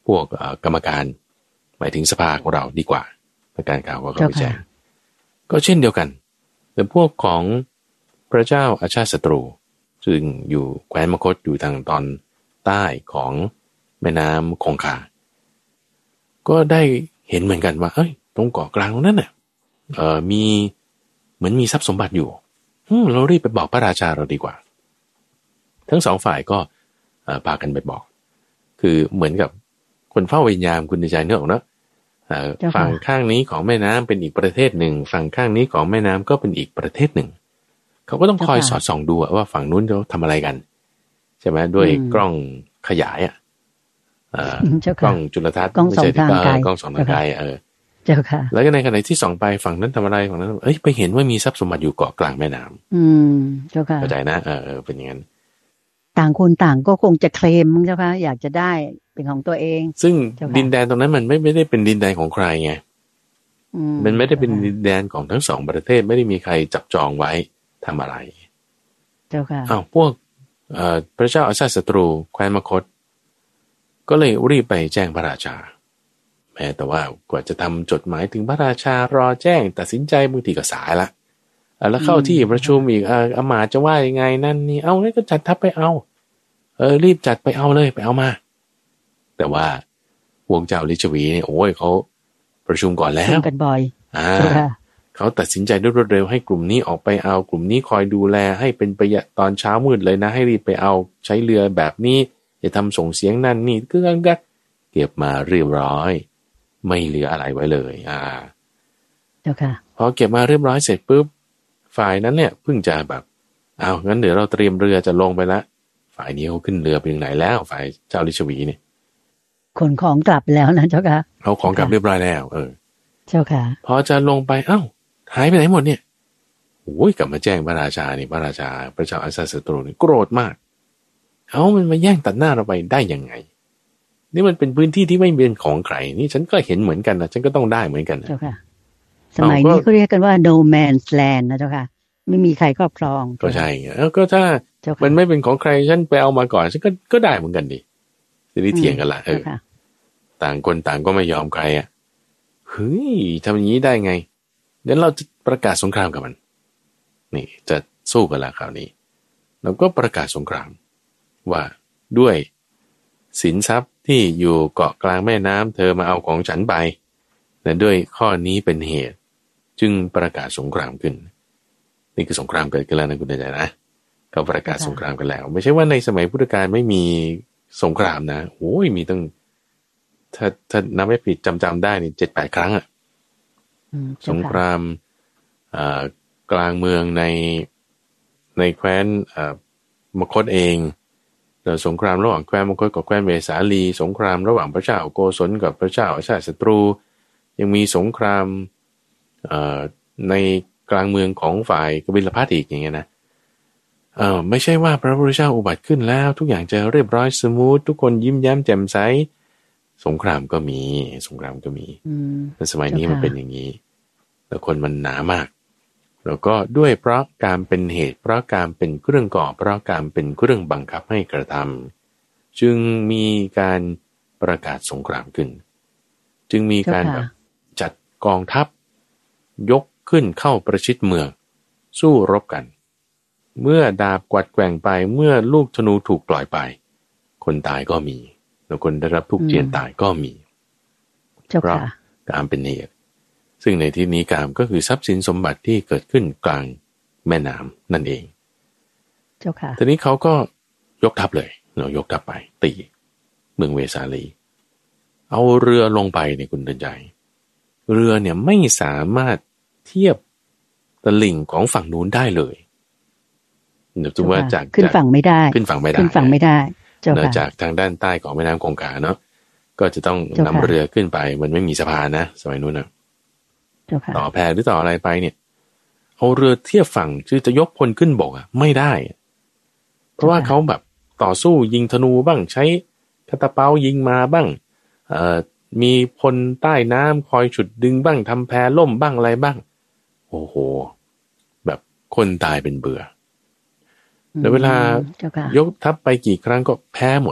พวกกรรมการหมายถึงสภาของเราดีกว่าประการกล่าวก็เข้าไปแจ้งก็เช่นเดียวกันแต่พวกของพระเจ้าอาชาติศัตรูซึ่งอยู่แคว้นมคธอยู่ทางตอนใต้ของแม่น้ำคงคาก็ได้เห็นเหมือนกันว่าเอ้ยตรงเกาะกลางตรงนั้นน่ะมีเหมือนมีทรัพย์สมบัติอยู่เรารีบไปบอกพระราชาเราดีกว่าทั้งสองฝ่ายก็พากันไปบอกคือเหมือนกับคนเฝ้าเวรยามคุณใจเนื้ออกเนาะฝั่งข้างนี้ของแม่น้ำเป็นอีกประเทศหนึ่งฝั่งข้างนี้ของแม่น้ำก็เป็นอีกประเทศหนึ่งเขาก็ต้องคอยสอดส่องดูว่าฝั่งนู้นเขาทำอะไรกันใช่ไหมด้วยกล้องขยายกล้องจุลทรรศน์ไม่ใช่กล้องส่องทางไกลเจ้าค่ะแล้วก็ในขณะที่ส่องไปฝั่งนั้นทำอะไรฝั่งนั้นไปเห็นว่ามีทรัพย์สมบัติอยู่เกาะกลางแม่น้ำเจ้าค่ะเข้าใจนะเป็นอย่างนั้นต่างคนต่างก็คงจะเคลมมั้งเจ้าค่ะอยากจะได้เป็นของตัวเองซึ่งดินแดนตรงนั้นมันไม่ได้เป็นดินแดนของใครไงมันไม่ได้เป็นดินแดนของทั้งสองประเทศไม่ได้มีใครจับจองไว้ทำอะไรเจ้าค่ะพวกพระเจ้าอาชาติศัตรูแคว้นมคธก็เลยรีบไปแจ้งพระราชาแม้แต่ว่ากว่าจะทำจดหมายถึงพระราชารอแจ้งตัดสินใจบางทีก็สายละแล้วเข้าที่ประชุมอีกอามาจะว่ายังไงนั่นนี่งั้นก็จัดทัพไปรีบจัดไปเอาเลยไปเอามาแต่ว่าพวกเจ้าลิชวีเนี่ยโอ้ยเขาประชุมก่อนแล้วกันบ่อยเขาตัดสินใจรวดเร็วให้กลุ่มนี้ออกไปเอากลุ่มนี้คอยดูแลให้เป็นประหยัดตอนเช้ามืดเลยนะให้รีบไปเอาใช้เรือแบบนี้อย่าทำส่งเสียงนั่นนี่ก็เก็บมาเรียบร้อยไม่เหลืออะไรไว้เลยเจ้าค่ะพอเก็บมาเรียบร้อยเสร็จปุ๊บฝ่ายนั้นเนี่ยเพิ่งจะแบบงั้นเดี๋ยวเราเตรียมเรือจะลงไปละฝ่ายนี้เขาขึ้นเรือไปถึงไหนแล้วฝ่ายเจ้าลิชวีเนี่ยขนของกลับแล้วนะเจ้าค่ะเอาของกลับเรียบร้อยแล้วเจ้าค่ะพอจะลงไปหายไปไหนหมดเนี่ยโอ้ยกลับมาแจ้งพระราชานี่พระราชาพระเจ้าอาชาติศัตรูนี่โกรธมากมันมาแย่งตัดหน้าเราไปได้ยังไงนี่มันเป็นพื้นที่ที่ไม่เป็นของใครนี่ฉันก็เห็นเหมือนกันนะฉันก็ต้องได้เหมือนกันเจ้าค่ะสมัยนี้เขาเรียกกันว่า no man's land นะเจ้าค่ะไม่มีใครครอบครองก็ใช่แล้วก็ถ้ามันไม่เป็นของใครฉันไปเอามาก่อนฉันก็ได้เหมือนกันดิจะได้เถียงกันละต่างคนต่างก็ไม่ยอมใครเฮ้ยทำอย่างนี้ได้ไงเดี๋ยวเราจะประกาศสงครามกับมันนี่จะสู้กันละคราวนี้เราก็ประกาศสงครามว่าด้วยสินทรัพย์ที่อยู่เกาะกลางแม่น้ำเธอมาเอาของฉันไปและด้วยข้อนี้เป็นเหตุจึงประกาศสงครามขึ้นนี่คือสงครามเกิดขึ้นแล้วนะคุณใจนะเขาประกาศสงครามกันแล้วไม่ใช่ว่าในสมัยพุทธกาลไม่มีสงครามนะโอ้ยมีตั้งถ้านับไม่ผิดจำได้นี่7-8 ครั้งสงครามกลางเมืองในแคว้นมคธเองสงครามระหว่างแคว้นมคธกับแคว้นเวสาลีสงครามระหว่างพระเจ้าโกศลกับพระเจ้าอาชาติศัตรูยังมีสงครามในกลางเมืองของฝ่ายกบิลพัทอีกอย่างเงี้ยนะไม่ใช่ว่าพระพุทธเจ้าอุบัติขึ้นแล้วทุกอย่างจะเรียบร้อยสมูททุกคนยิ้มแย้มแจ่มใสสงครามก็มีแต่สมัยนี้มันเป็นอย่างนี้แล้วคนมันหนามากแล้วก็ด้วยเพราะการเป็นเหตุเพราะการเป็นเครื่องก่อเพราะการเป็นเครื่องบังคับให้กระทำจึงมีการประกาศสงครามขึ้นจึงมีการจัดกองทัพยกขึ้นเข้าประชิดเมืองสู้รบกันเมื่อดาบกวัดแกว่งไปเมื่อลูกธนูถูกปล่อยไปคนตายก็มีแล้วคนได้รับทุกข์เจียนตายก็มีเพราะการเป็นเหตุซึ่งในที่นี้กามก็คือทรัพย์สินสมบัติที่เกิดขึ้นกลางแม่น้ำนั่นเองเจ้าค่ะทีนี้เขาก็ยกทัพเลยยกทัพไปตีเมืองเวสาลีเอาเรือลงไปในคุณเดินใจเรือเนี่ยไม่สามารถเทียบตลิ่งของฝั่งนู้นได้เลยเดี๋ยวว่าจากขึ้นฝั่งไม่ได้จากทางด้านใต้ของแม่น้ำคงคาเนาะก็จะต้องนำเรือขึ้นไปมันไม่มีสะพานนะสมัยนู้นนะต่อแพหรือต่ออะไรไปเนี่ยเอาเรือเทียบฝั่งคือจะยกพลขึ้นบกไม่ได้เพราะว่าเขาแบบต่อสู้ยิงธนูบ้างใช้คาตาเปายิงมาบ้างมีพลใต้น้ำคอยฉุดดึงบ้างทำแพล่มบ้างอะไรบ้างโอ้โหแบบคนตายเป็นเบื่อแล้วเวลายกทัพไปกี่ครั้งก็แพ้หมด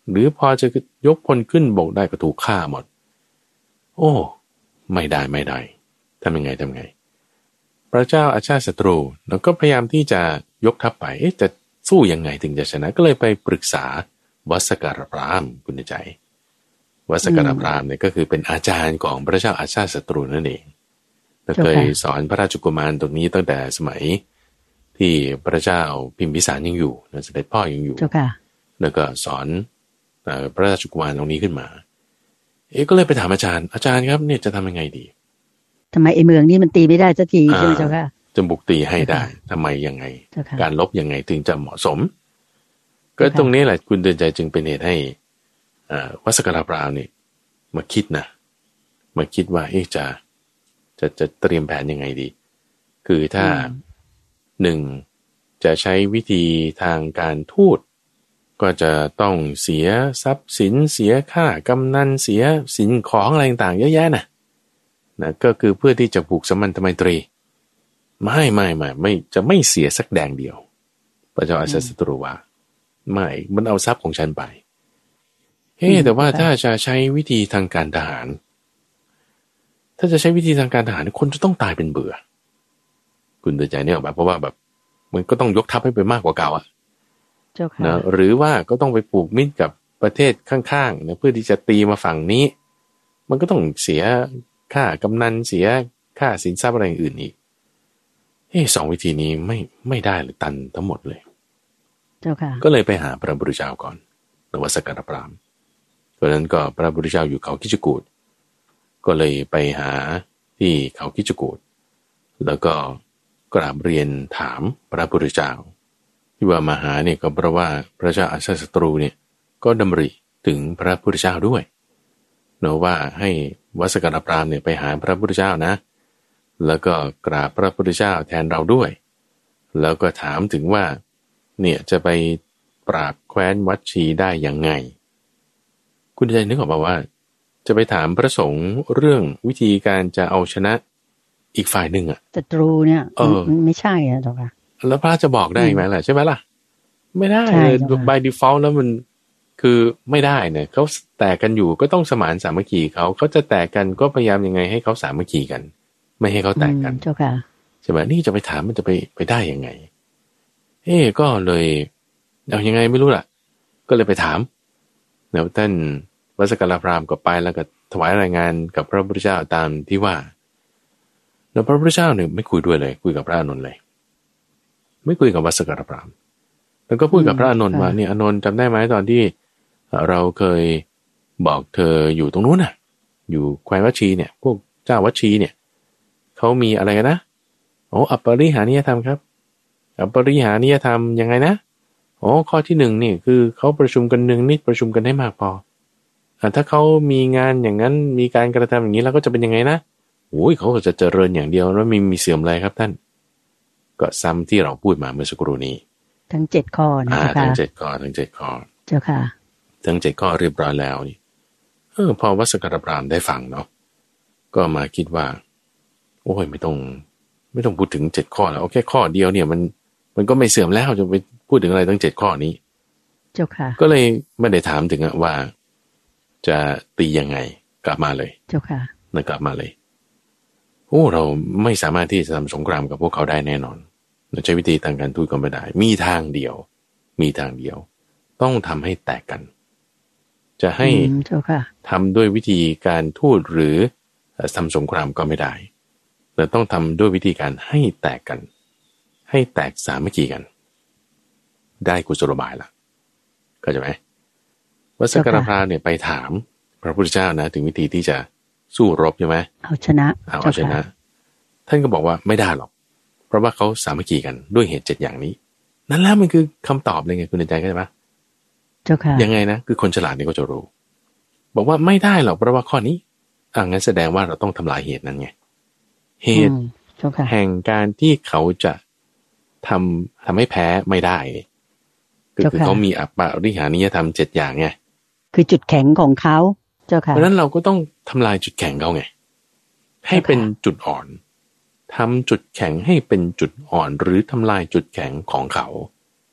หรือพอจะยกพลขึ้นบกได้ก็ถูกฆ่าหมดโอ้ไม่ได้ทำยังไงพระเจ้าอาชาติศัตรูแล้วก็พยายามที่จะยกทัพไปจะสู้ยังไงถึงจะชนะก็เลยไปปรึกษาวัสการพราหมณ์คุณใจวัสการพราหมณ์เนี่ยก็คือเป็นอาจารย์ของพระเจ้าอาชาติศัตรูนั่นเองเคยสอนพระราชกุมารตรงนี้ตั้งแต่สมัยที่พระเจ้าพิมพิสารยังอยู่เสด็จพ่อยังอยู่แล้วก็สอนพระราชกุมารตรงนี้ขึ้นมาก็เลยไปถามอาจารย์ครับเนี่ยจะทำยังไงดีทำไมไอ้เมืองนี้มันตีไม่ได้สักทีใช่ไหมเจ้าค่ะจะบุกตีให้ได้ทำไมยังไงการลบยังไงถึงจะเหมาะสมก็ตรงนี้แหละคุณเดินใจจึงเป็นเหตุให้วัสการพราหมณ์นี่มาคิดว่าจะเตรียมแผนยังไงดีคือถ้าหนึ่งจะใช้วิธีทางการทูตก็จะต้องเสียทรัพย์สินเสียค่ากำนันเสียสินของอะไรต่างๆเยอะแยะนะก็คือเพื่อที่จะผูกสัมพันธไมตรีไม่จะไม่เสียสักแดงเดียวพระเจ้าอาชาติศัตรูว่าไม่มันเอาทรัพย์ของฉันไปแต่ว่าถ้าจะใช้วิธีทางการทหารถ้าจะใช้วิธีทางการทหารคนจะต้องตายเป็นเบื่อคุณตัดใจเนี่ยแบบเพราะว่าแบบมันก็ต้องยกทัพให้ไปมากกว่าเก่านะหรือว่าก็ต้องไปปลูกมิตรกับประเทศข้างๆนะเพื่อที่จะตีมาฝั่งนี้มันก็ต้องเสียค่ากำนันเสียค่าสินทรัพย์อะไรอื่นอีกสองวิธีนี้ไม่ได้หรือตันทั้งหมดเลยเจ้าค่ะก็เลยไปหาพระพุทธเจ้าก่อนนวัสการพราหมณ์เพราะนั้นก็พระพุทธเจ้าอยู่เขาคิชกูฏก็เลยไปหาที่เขาคิชกูฏแล้วก็กราบเรียนถามพระพุทธเจ้าที่ว่ามาหาเนี่ยก็เพราะว่าพระเจ้าอาชาติศัตรูเนี่ยก็ดำริถึงพระพุทธเจ้าด้วยเนาะว่าให้วัสการพราหมณ์เนี่ยไปหาพระพุทธเจ้านะแล้วก็กราบพระพุทธเจ้าแทนเราด้วยแล้วก็ถามถึงว่าเนี่ยจะไปปราบแคว้นวัชชีได้ยังไงคุณใจนึกออกมาว่าจะไปถามพระสงฆ์เรื่องวิธีการจะเอาชนะอีกฝ่ายหนึ่งศัตรูเนี่ยไม่ใช่หรอกค่ะแล้วพระจะบอกได้ไหมล่ะใช่ไหมล่ะไม่ได้เลย by default แล้วมันคือไม่ได้เนี่ยเขาแตกกันอยู่ก็ต้องสมานสามัคคีเขาจะแตกกันก็พยายามยังไงให้เขาสามัคคีกันไม่ให้เขาแตกกันใช่ไหมนี่จะไปถามมันจะไปได้ยังไงก็เลยเอายังไงไม่รู้ล่ะก็เลยไปถามแล้วท่านวัสการพราหมณ์ก็ไปแล้วก็ถวายรายงานกับพระพุทธเจ้าตามที่ว่าแล้วพระพุทธเจ้าเนี่ยไม่คุยด้วยเลยคุยกับพระอานนท์เลยไม่คุยกับวัสการพราหมณ์แล้วก็พูดกับพระอานนท์ว่าเนี่ยอานนท์จำได้ไหมตอนที่เราเคยบอกเธออยู่ตรงนู้นน่ะอยู่แคว้นวัชชีเนี่ยพวกเจ้าวัชชีเนี่ยเขามีอะไรกันนะอัปปริหานิยธรรมครับอัปปริหานิยธรรมยังไงนะข้อที่หนึ่งนี่คือเขาประชุมกันนิดประชุมกันให้มากพอถ้าเขามีงานอย่างนั้นมีการกระทำอย่างนี้แล้วก็จะเป็นยังไงนะเขาก็จะเจริญอย่างเดียวแล้วมีเสื่อมอะไรครับท่านก็ซ้ำที่เราพูดมาเมื่อสักครู่นี้ทั้ง7ข้อนะคะทั้ง7ข้อเจ้าค่ะทั้ง7ข้อเรียบร้อยแล้วนี่พอวัสการพราหมณ์ได้ฟังเนาะก็มาคิดว่าโอ้ยไม่ต้องพูดถึง7ข้อแล้วแค่ข้อเดียวเนี่ยมันก็ไม่เสื่อมแล้วจะไปพูดถึงอะไรทั้ง7ข้อนี้เจ้าค่ะก็เลยไม่ได้ถามถึงว่าจะตียังไงกลับมาเลยเจ้าค่ะกลับมาเลยเราไม่สามารถที่จะทำสงครามกับพวกเขาได้แน่นอนใช้วิธีทางการทูตก็ไม่ได้มีทางเดียวต้องทำให้แตกกันจะให้ทำด้วยวิธีการทูตหรือทำสงครามก็ไม่ได้แต่ต้องทำด้วยวิธีการให้แตกกันให้แตกสามัคคีกันได้กุศโลบายละเข้าใจไหมวัสการพราหมณ์เนี่ยไปถามพระพุทธเจ้านะถึงวิธีที่จะสู้รบใช่ไหมเอาชนะท่านก็บอกว่าไม่ได้หรอกเพราะว่าเขาสามัคคีกันด้วยเหตุ7อย่างนี้นั่นแหละมันคือคำตอบเลยไงคุณใจเข้าใจปะเจ้าค่ะยังไงนะคือคนฉลาดเนี่ยก็จะรู้บอกว่าไม่ได้หรอกเพราะว่าข้อนี้งั้นแสดงว่าเราต้องทำลายเหตุนั้นไงเหตุแห่งการที่เขาจะทำให้แพ้ไม่ได้คือเขามีอัปปริหานิยธรรม7อย่างไงคือจุดแข็งของเขาเจ้าค่ะเพราะนั้นเราก็ต้องทำลายจุดแข็งเขาไงให้เป็นจุดอ่อนทำจุดแข็งให้เป็นจุดอ่อนหรือทำลายจุดแข็งของเขา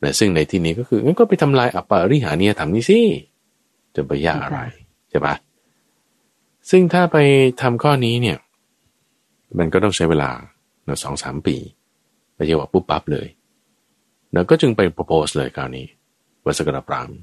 นะซึ่งในที่นี้ก็คืองั้นก็ไปทำลายอปาริหานิยธรรมนี่สิจะไปยากอะไรใช่ปะซึ่งถ้าไปทำข้อนี้เนี่ยมันก็ต้องใช้เวลา2-3 ปีไม่ใช่ว่าปุ๊บปั๊บเลยแล้วก็จึงไป propose เลยคราวนี้วัสกรพราหมณ์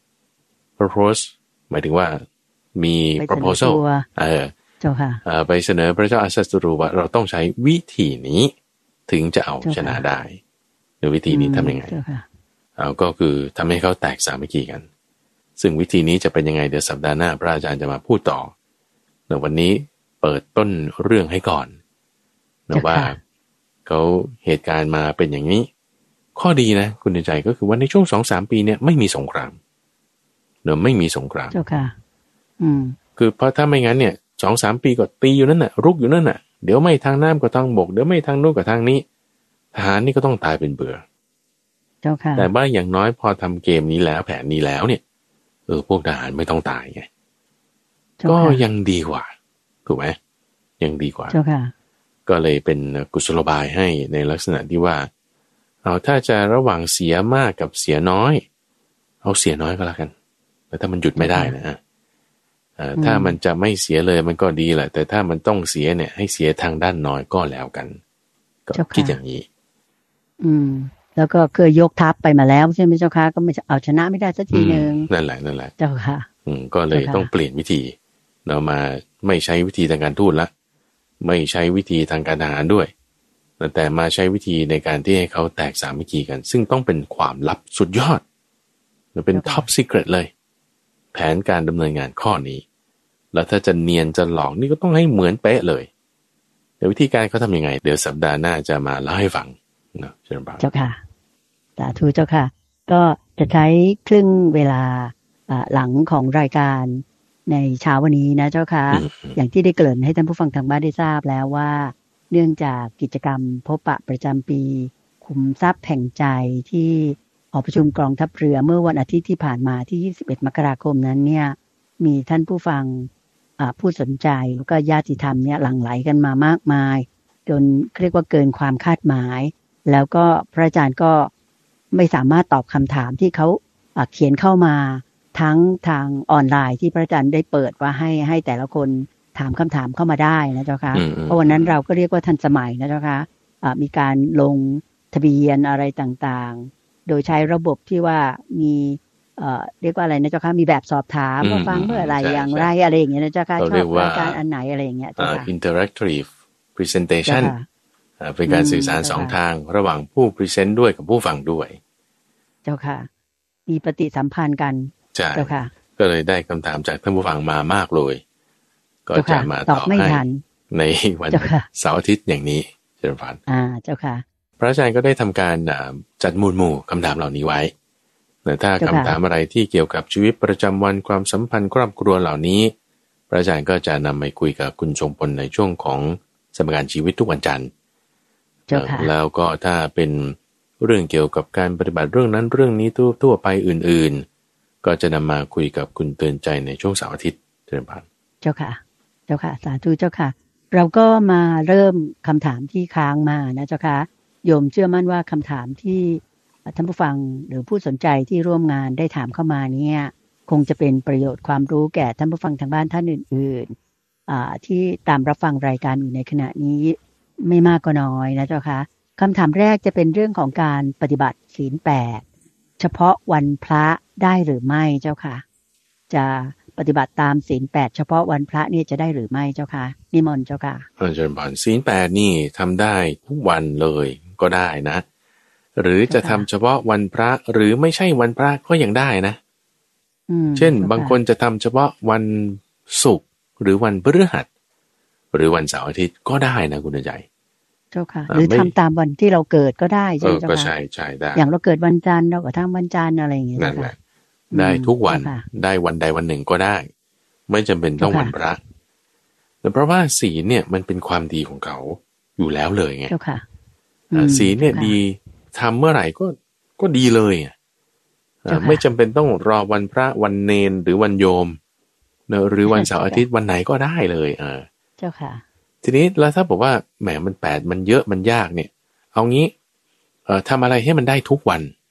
propose หมายถึงว่ามี proposal เจ้าค่ะไปเสนอพระเจ้าอาซัสตุรูว่าเราต้องใช้วิธีนี้ถึงจะเอาชนะได้หรือวิธีนี้ทำยังไงก็คือทำให้เขาแตกสามัคคีกันซึ่งวิธีนี้จะเป็นยังไงเดี๋ยวสัปดาห์หน้าพระอาจารย์จะมาพูดต่อในวันนี้เปิดต้นเรื่องให้ก่อนนะว่าเขาเหตุการณ์มาเป็นอย่างนี้ข้อดีนะคุณใจก็คือว่าในช่วง 2-3 ปีเนี่ยไม่มีสงครามไม่มีสงครามเจ้าค่ะคือเพราะถ้าไม่งั้นเนี่ย 2-3 ปีก็ตีอยู่นั่นน่ะรุกอยู่นั่นน่ะเดี๋ยวไม่ทางน้ำก็ทางบกเดี๋ยวไม่ทางนู้นก็ทางนี้ทหารนี่ก็ต้องตายเป็นเบื่อเจ้าค่ะแต่ว่าอย่างน้อยพอทำเกมนี้แล้วแผนนี้แล้วเนี่ยพวกทหารไม่ต้องตายไงก็ยังดีกว่าถูกไหมยังดีกว่าเจ้าค่ะก็เลยเป็นกุศโลบายให้ในลักษณะที่ว่าเอาถ้าจะระหว่างเสียมากกับเสียน้อยเอาเสียน้อยก็แล้วกันแต่ถ้ามันหยุดไม่ได้นะถ้ามันจะไม่เสียเลยมันก็ดีแหละแต่ถ้ามันต้องเสียเนี่ยให้เสียทางด้านน้อยก็แล้วกันก็คิดอย่างนี้แล้วก็เคยยกทัพไปมาแล้วใช่ไหมเจ้าค่ะก็ไม่เอาชนะไม่ได้สักทีนึงนั่นแหละเจ้าค่ะก็เลยต้องเปลี่ยนวิธีเรามาไม่ใช้วิธีทางการทูตละไม่ใช้วิธีทางการทหารด้วยแต่มาใช้วิธีในการที่ให้เขาแตกสามัคคีกันซึ่งต้องเป็นความลับสุดยอดเป็น top secret เลยแผนการดำเนินงานข้อนี้แล้วถ้าจะเนียนจะหลอกนี่ก็ต้องให้เหมือนเป๊ะเลยเดี๋ยววิธีการเขาทำยังไงเดี๋ยวสัปดาห์หน้าจะมาเล่าให้ฟังนะเชิญเจ้าค่ะสาธุเจ้าค่ะก็จะใช้ครึ่งเวลาหลังของรายการในเช้าวันนี้นะเจ้าค่ะอย่างที่ได้เกริ่นให้ท่านผู้ฟังทางบ้านได้ทราบแล้วว่าเนื่องจากกิจกรรมพบปะประจำปีขุมทรัพย์แห่งใจที่หอประชุมกองทัพเรือเมื่อวันอาทิตย์ที่ผ่านมาที่21มกราคมนั้นเนี่ยมีท่านผู้ฟังผู้สนใจแล้วก็ญาติธรรมเนี่ยหลั่งไหลกันมามากมายจนเรียกว่าเกินความคาดหมายแล้วก็พระอาจารย์ก็ไม่สามารถตอบคำถามที่เขาเขียนเข้ามาทั้งทางออนไลน์ที่พระอาจารย์ได้เปิดว่าให้แต่ละคนถามคำถามเข้ามาได้นะเจ้าค่ะเพราะวันนั้นเราก็เรียกว่าทันสมัยนะเจ้าค่ะมีการลงทะเบียนอะไรต่างๆโดยใช้ระบบที่ว่ามีเรียกว่าอะไรนะเจ้าค่ะมีแบบสอบถามว่าฟังเมื่อไหร่อย่างไรอะไรอย่างเงี้ยนะเจ้าค่ะชอบรายการอันไหนอะไรอย่างเงี้ยเจ้าค่ะ interactive presentation เป็นการสื่อสาร2 ทางระหว่างผู้พรีเซนต์ด้วยกับผู้ฟังด้วยเจ้าค่ะมีปฏิสัมพันธ์กันเจ้าค่ะก็เลยได้คำถามจากท่านผู้ฟังมามากเลยก็จะมาตอบให้ในวันเสาร์อาทิตย์อย่างนี้เจริญพรเจ้าค่ะพระอาจารย์ก็ได้ทำการจัดหมู่คำถามเหล่านี้ไว้แต่ถ้าคำถามอะไรที่เกี่ยวกับชีวิตประจำวันความสัมพันธ์ครอบครัวเหล่านี้พระอาจารย์ก็จะนำไปคุยกับคุณทรงพลในช่วงของสมการชีวิตทุกวันจันทร์แล้วก็ถ้าเป็นเรื่องเกี่ยวกับการปฏิบัติเรื่องนั้นเรื่องนี้ทั่วไปอื่นๆก็จะนำมาคุยกับคุณเตือนใจในช่วงเสาร์อาทิตย์เจริญพรเจ้าค่ะเจ้าค่ะสาธุเจ้าค่ะเราก็มาเริ่มคำถามที่ค้างมานะเจ้าค่ะโยมเชื่อมั่นว่าคำถามที่ท่านผู้ฟังหรือผู้สนใจที่ร่วมงานได้ถามเข้ามาเนี่ยคงจะเป็นประโยชน์ความรู้แก่ท่านผู้ฟังทางบ้านท่านอื่นๆที่ตามรับฟังรายการอยู่ในขณะนี้ไม่มากก็น้อยนะเจ้าค่ะคำถามแรกจะเป็นเรื่องของการปฏิบัติศีล8เฉพาะวันพระได้หรือไม่เจ้าค่ะจะปฏิบัติตามศีล8เฉพาะวันพระนี่จะได้หรือไม่เจ้าค่ะนิมนต์เจ้าค่ะเจริญพรศีล8นี่ทำได้ทุกวันเลยก็ได้นะหรือจะทำเฉพาะวันพระหรือไม่ใช่วันพระก็ยังได้นะเช่นบางคนจะทำเฉพาะวันศุกร์หรือวันพฤหัสหรือวันเสาร์อาทิตย์ก็ได้นะคุณใจเจ้าค่ะหรือทำตามวันที่เราเกิดก็ได้ใช่ไหมเจ้าค่ะก็ใช่ได้อย่างเราเกิดวันจันทร์เราก็ทำวันจันทร์อะไรอย่างเงี้ยนั่นแหละได้ทุกวันได้วันใดวันหนึ่งก็ได้ไม่จำเป็นต้องวันพระแต่เพราะว่าศีลเนี่ยมันเป็นความดีของเขาอยู่แล้วเลยไงเจ้าค่ะศีลเนี่ยดีทำเมื่อไหร่ก็ดีเลยไม่จำเป็นต้องรอวันพระวันเนรหรือวันโยมหรือวันเสาร์อาทิตย์วันไหนก็ได้เลยเจ้าค่ะทีนี้แล้วถ้าบอกว่าแหมมัน8มันเยอะมันยากเนี่ยเอางี้ทำอะไรให้มันได้ทุกวัน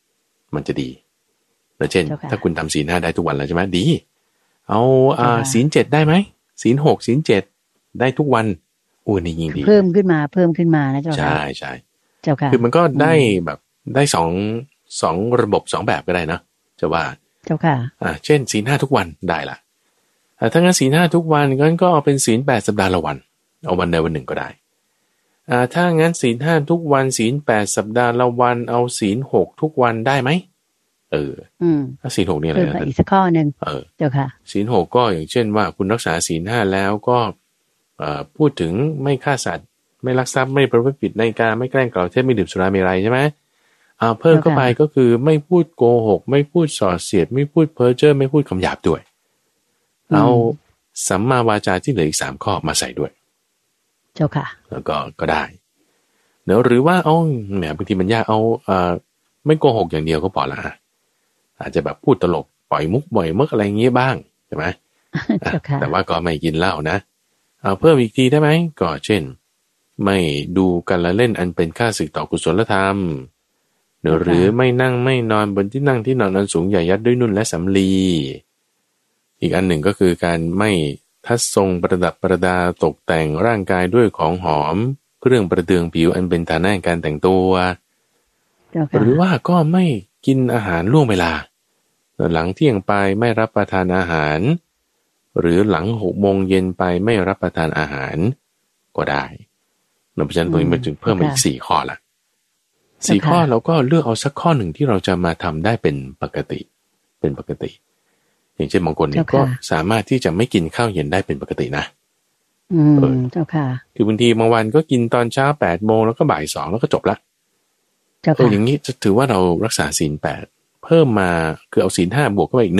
มันจะดีแล้วเช่นถ้าคุณทำศีล 5ได้ทุกวันแล้วใช่ไหมดีเอาศีล 7ได้ไหมศีล 6ศีล 7ได้ทุกวันนี่ยิ่งดีเพิ่มขึ้นมานะเจ้าค่ะใช่ใช่เจ้าค่ะคือมันก็ได้แบบได้สองระบบ2แบบก็ได้นะจะว่าเจ้าค่ะเช่นศีล 5ทุกวันได้ละถ้างั้นศีล 5ทุกวันงั้นก็เอาเป็นศีล 8สัปดาห์ละวันเอาวันใดวันหนึ่งก็ได้ถ้างั้นศีล 5ทุกวันศีล 8สัปดาห์ละวันเอาศีล 6ทุกวันได้ไหมถ้าศีล 6นี่อะไรนะอีกสักข้อนึงเจ้าค่ะศีล 6ก็อย่างเช่นว่าคุณรักษาศีล 5แล้วก็พูดถึงไม่ฆ่าสัตว์ไม่ลักทรัพย์ไม่ประพฤติผิดในการไม่แกล้งกล่าวเท็จไม่ดื่มสุราเมรัยใช่ไหมเพิ่มเข้าไปก็คือไม่พูดโกหกไม่พูดส่อเสียดไม่พูดเพ้อเจ้อไม่พูดคำหยาบด้วยเอาสัมมาวาจาที่เหลืออีก3ข้อมาใส่ด้วยเจ้าค่ะแล้วก็ได้เนอะหรือว่าแหมบางทีมันยากไม่โกหกอย่างเดียวก็พอละอาจจะแบบพูดตลกปล่อยมุกบ่อยมึกอะไรอย่างเงี้ยบ้างใช่ไหมแต่ว่าก็ไม่กินเหล้านะเพิ่มอีกทีได้ไหมก็เช่นไม่ดูการละเล่นอันเป็นค่าศึกต่อกุศลธรรมหรือไม่นั่งไม่นอนบนที่นั่งที่นอนอันสูงใหญ่ยัดด้วยนุ่นและสำลีอีกอันหนึ่งก็คือการไม่ทัดทรงประดับประดาตกแต่งร่างกายด้วยของหอมเครื่องประเดืองผิวอันเป็นฐานะการแต่งตัวหรือว่าก็ไม่กินอาหารล่วงเวลาหลังเที่ยงไปไม่รับประทานอาหารหรือหลัง6 โมงเย็นไปไม่รับประทานอาหารก็ได้เพราะฉะนั้นตรงนี้มันจึงเพิ่มมาอีก4ข้อละ4ข้อเราก็เลือกเอาสักข้อหนึ่งที่เราจะมาทำได้เป็นปกติอย่างเช่นบางคนก็สามารถที่จะไม่กินข้าวเย็นได้เป็นปกตินะเจ้าค่ะคือบางทีบางวันก็กินตอนเช้า8 โมงแล้วก็บ่าย2แล้วก็จบละอย่างนี้จะถือว่าเรารักษาศีล 8เพิ่มมาคือเอาศีล 5บวกเข้าไปอีก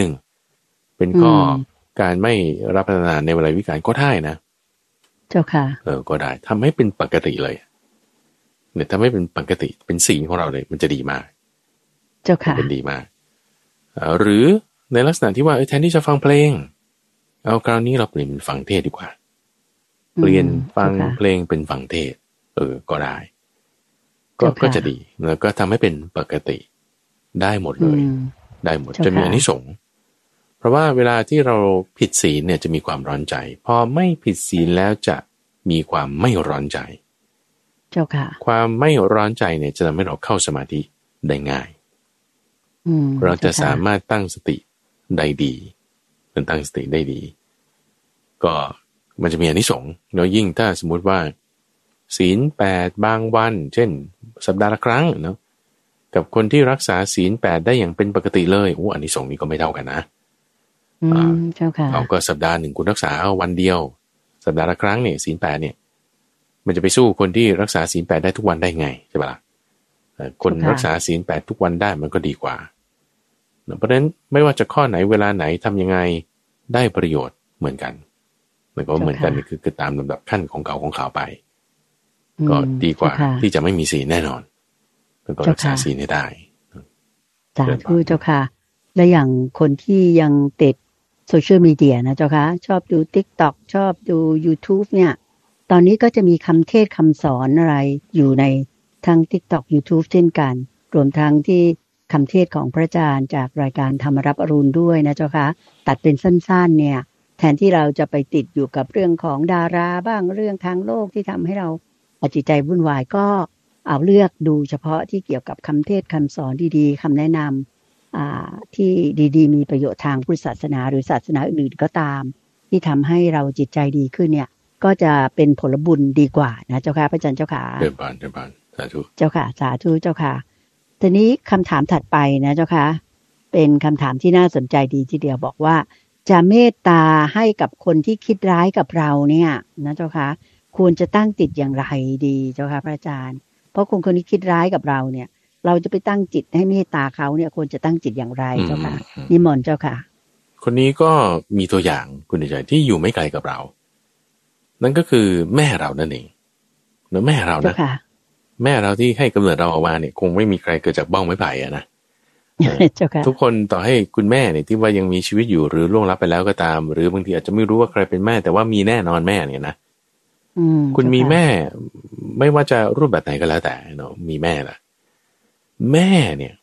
1เป็นข้อการไม่รับประทานในเวลาวิกาลก็ได้นะเจ้าค่ะก็ได้ทำให้เป็นปกติเลยเนี่ยทำให้เป็นปกติเป็นศีลของเราเลยมันจะดีมากเจ้าค่ะเป็นดีมากหรือในลักษณะที่ว่าแทนที่จะฟังเพลงเอาคราวนี้เราเปลี่ยนเป็นฟังเทศดีกว่าเปลี่ยนฟังเพลงเป็นฟังเทศก็ได้ก็จะดีแล้วก็ทำให้เป็นปกติได้หมดเลยได้หมดจะมีอานิสงส์เพราะว่าเวลาที่เราผิดศีลเนี่ยจะมีความร้อนใจพอไม่ผิดศีลแล้วจะมีความไม่ร้อนใจเจ้าค่ะความไม่ร้อนใจเนี่ยจะทำให้เราเข้าสมาธิได้ง่ายเราจะสามารถตั้งสติได้ดีตั้งสติได้ดีก็มันจะมีอานิสงส์เนาะยิ่งถ้าสมมุติว่าศีล 8บางวันเช่นสัปดาห์ละครั้งเนาะกับคนที่รักษาศีล 8ได้อย่างเป็นปกติเลยอานิสงส์นี้ก็ไม่เท่ากันนะเจ้าค่ะเอาก็สัปดาห์หนึ่งคุณรักษาวันเดียวสัปดาห์ละครั้งเนี่ยศีล 8เนี่ยมันจะไปสู้คนที่รักษาศีล 8ได้ทุกวันได้ไงใช่ปะล่ะคนรักษาศีล 8ทุกวันได้มันก็ดีกว่าเพราะฉะนั้นไม่ว่าจะข้อไหนเวลาไหนทำยังไงได้ประโยชน์เหมือนกันมันก็เหมือนกันคือตามลำดับขั้นของเก่าของขาวไปก็ดีกว่าที่จะไม่มีศีลแน่นอนต้องรักษาศีลให้ได้สาธุเจ้าค่ะและอย่างคนที่ยังติดโซเชียลมีเดียนะเจ้าค่ะชอบดู TikTok ชอบดู YouTube เนี่ยตอนนี้ก็จะมีคำเทศคำสอนอะไรอยู่ในทั้ง TikTok YouTube เช่นกันรวมทั้งที่คำเทศของพระอาจารย์จากรายการธรรมรับอรุณด้วยนะเจ้าค่ะตัดเป็นสั้นๆเนี่ยแทนที่เราจะไปติดอยู่กับเรื่องของดาราบ้างเรื่องทางโลกที่ทำให้เราจิตใจวุ่นวายก็เอาเลือกดูเฉพาะที่เกี่ยวกับคำเทศคำสอนดีๆคำแนะนำที่ดีๆมีประโยชน์ทางพุทธศาสนาหรือศาสนาอื่นๆก็ตามที่ทำให้เราจิตใจดีขึ้นเนี่ยก็จะเป็นผลบุญดีกว่านะเจ้าค่ะพระอาจารย์เจ้าค่ะเดินบานสาธุเจ้าค่ะสาธุเจ้าค่ะทีนี้คำถามถัดไปนะเจ้าค่ะเป็นคำถามที่น่าสนใจดีทีเดียวบอกว่าจะเมตตาให้กับคนที่คิดร้ายกับเราเนี่ยนะเจ้าค่ะควรจะตั้งจิตอย่างไรดีเจ้าค่ะพระอาจารย์เพราะคนที่คิดร้ายกับเราเนี่ยเราจะไปตั้งจิตให้เมตตาเขาเนี่ยควรจะตั้งจิตอย่างไรเจ้าค่ะนิมนต์เจ้าค่ะคนนี้ก็มีตัวอย่างคุณใจที่อยู่ไม่ไกลกับเรานั่นก็คือแม่เรานั่นเองเนอะแม่เรานะแม่เราที่ให้กำเนิดเราออกมาเนี่ยคงไม่มีใครเกิดจากบ้องไม้ไผ่อะนะทุกคนต่อให้คุณแม่เนี่ยที่ว่ายังมีชีวิตอยู่หรือล่วงลับไปแล้วก็ตามหรือบางทีอาจจะไม่รู้ว่าใครเป็นแม่แต่ว่ามีแน่นอนแม่เนี่ยนะคุณมีแม่ไม่ว่าจะรูปแบบไหนก็แล้วแต่เนาะมีแม่ล่ะแม่เนี่ย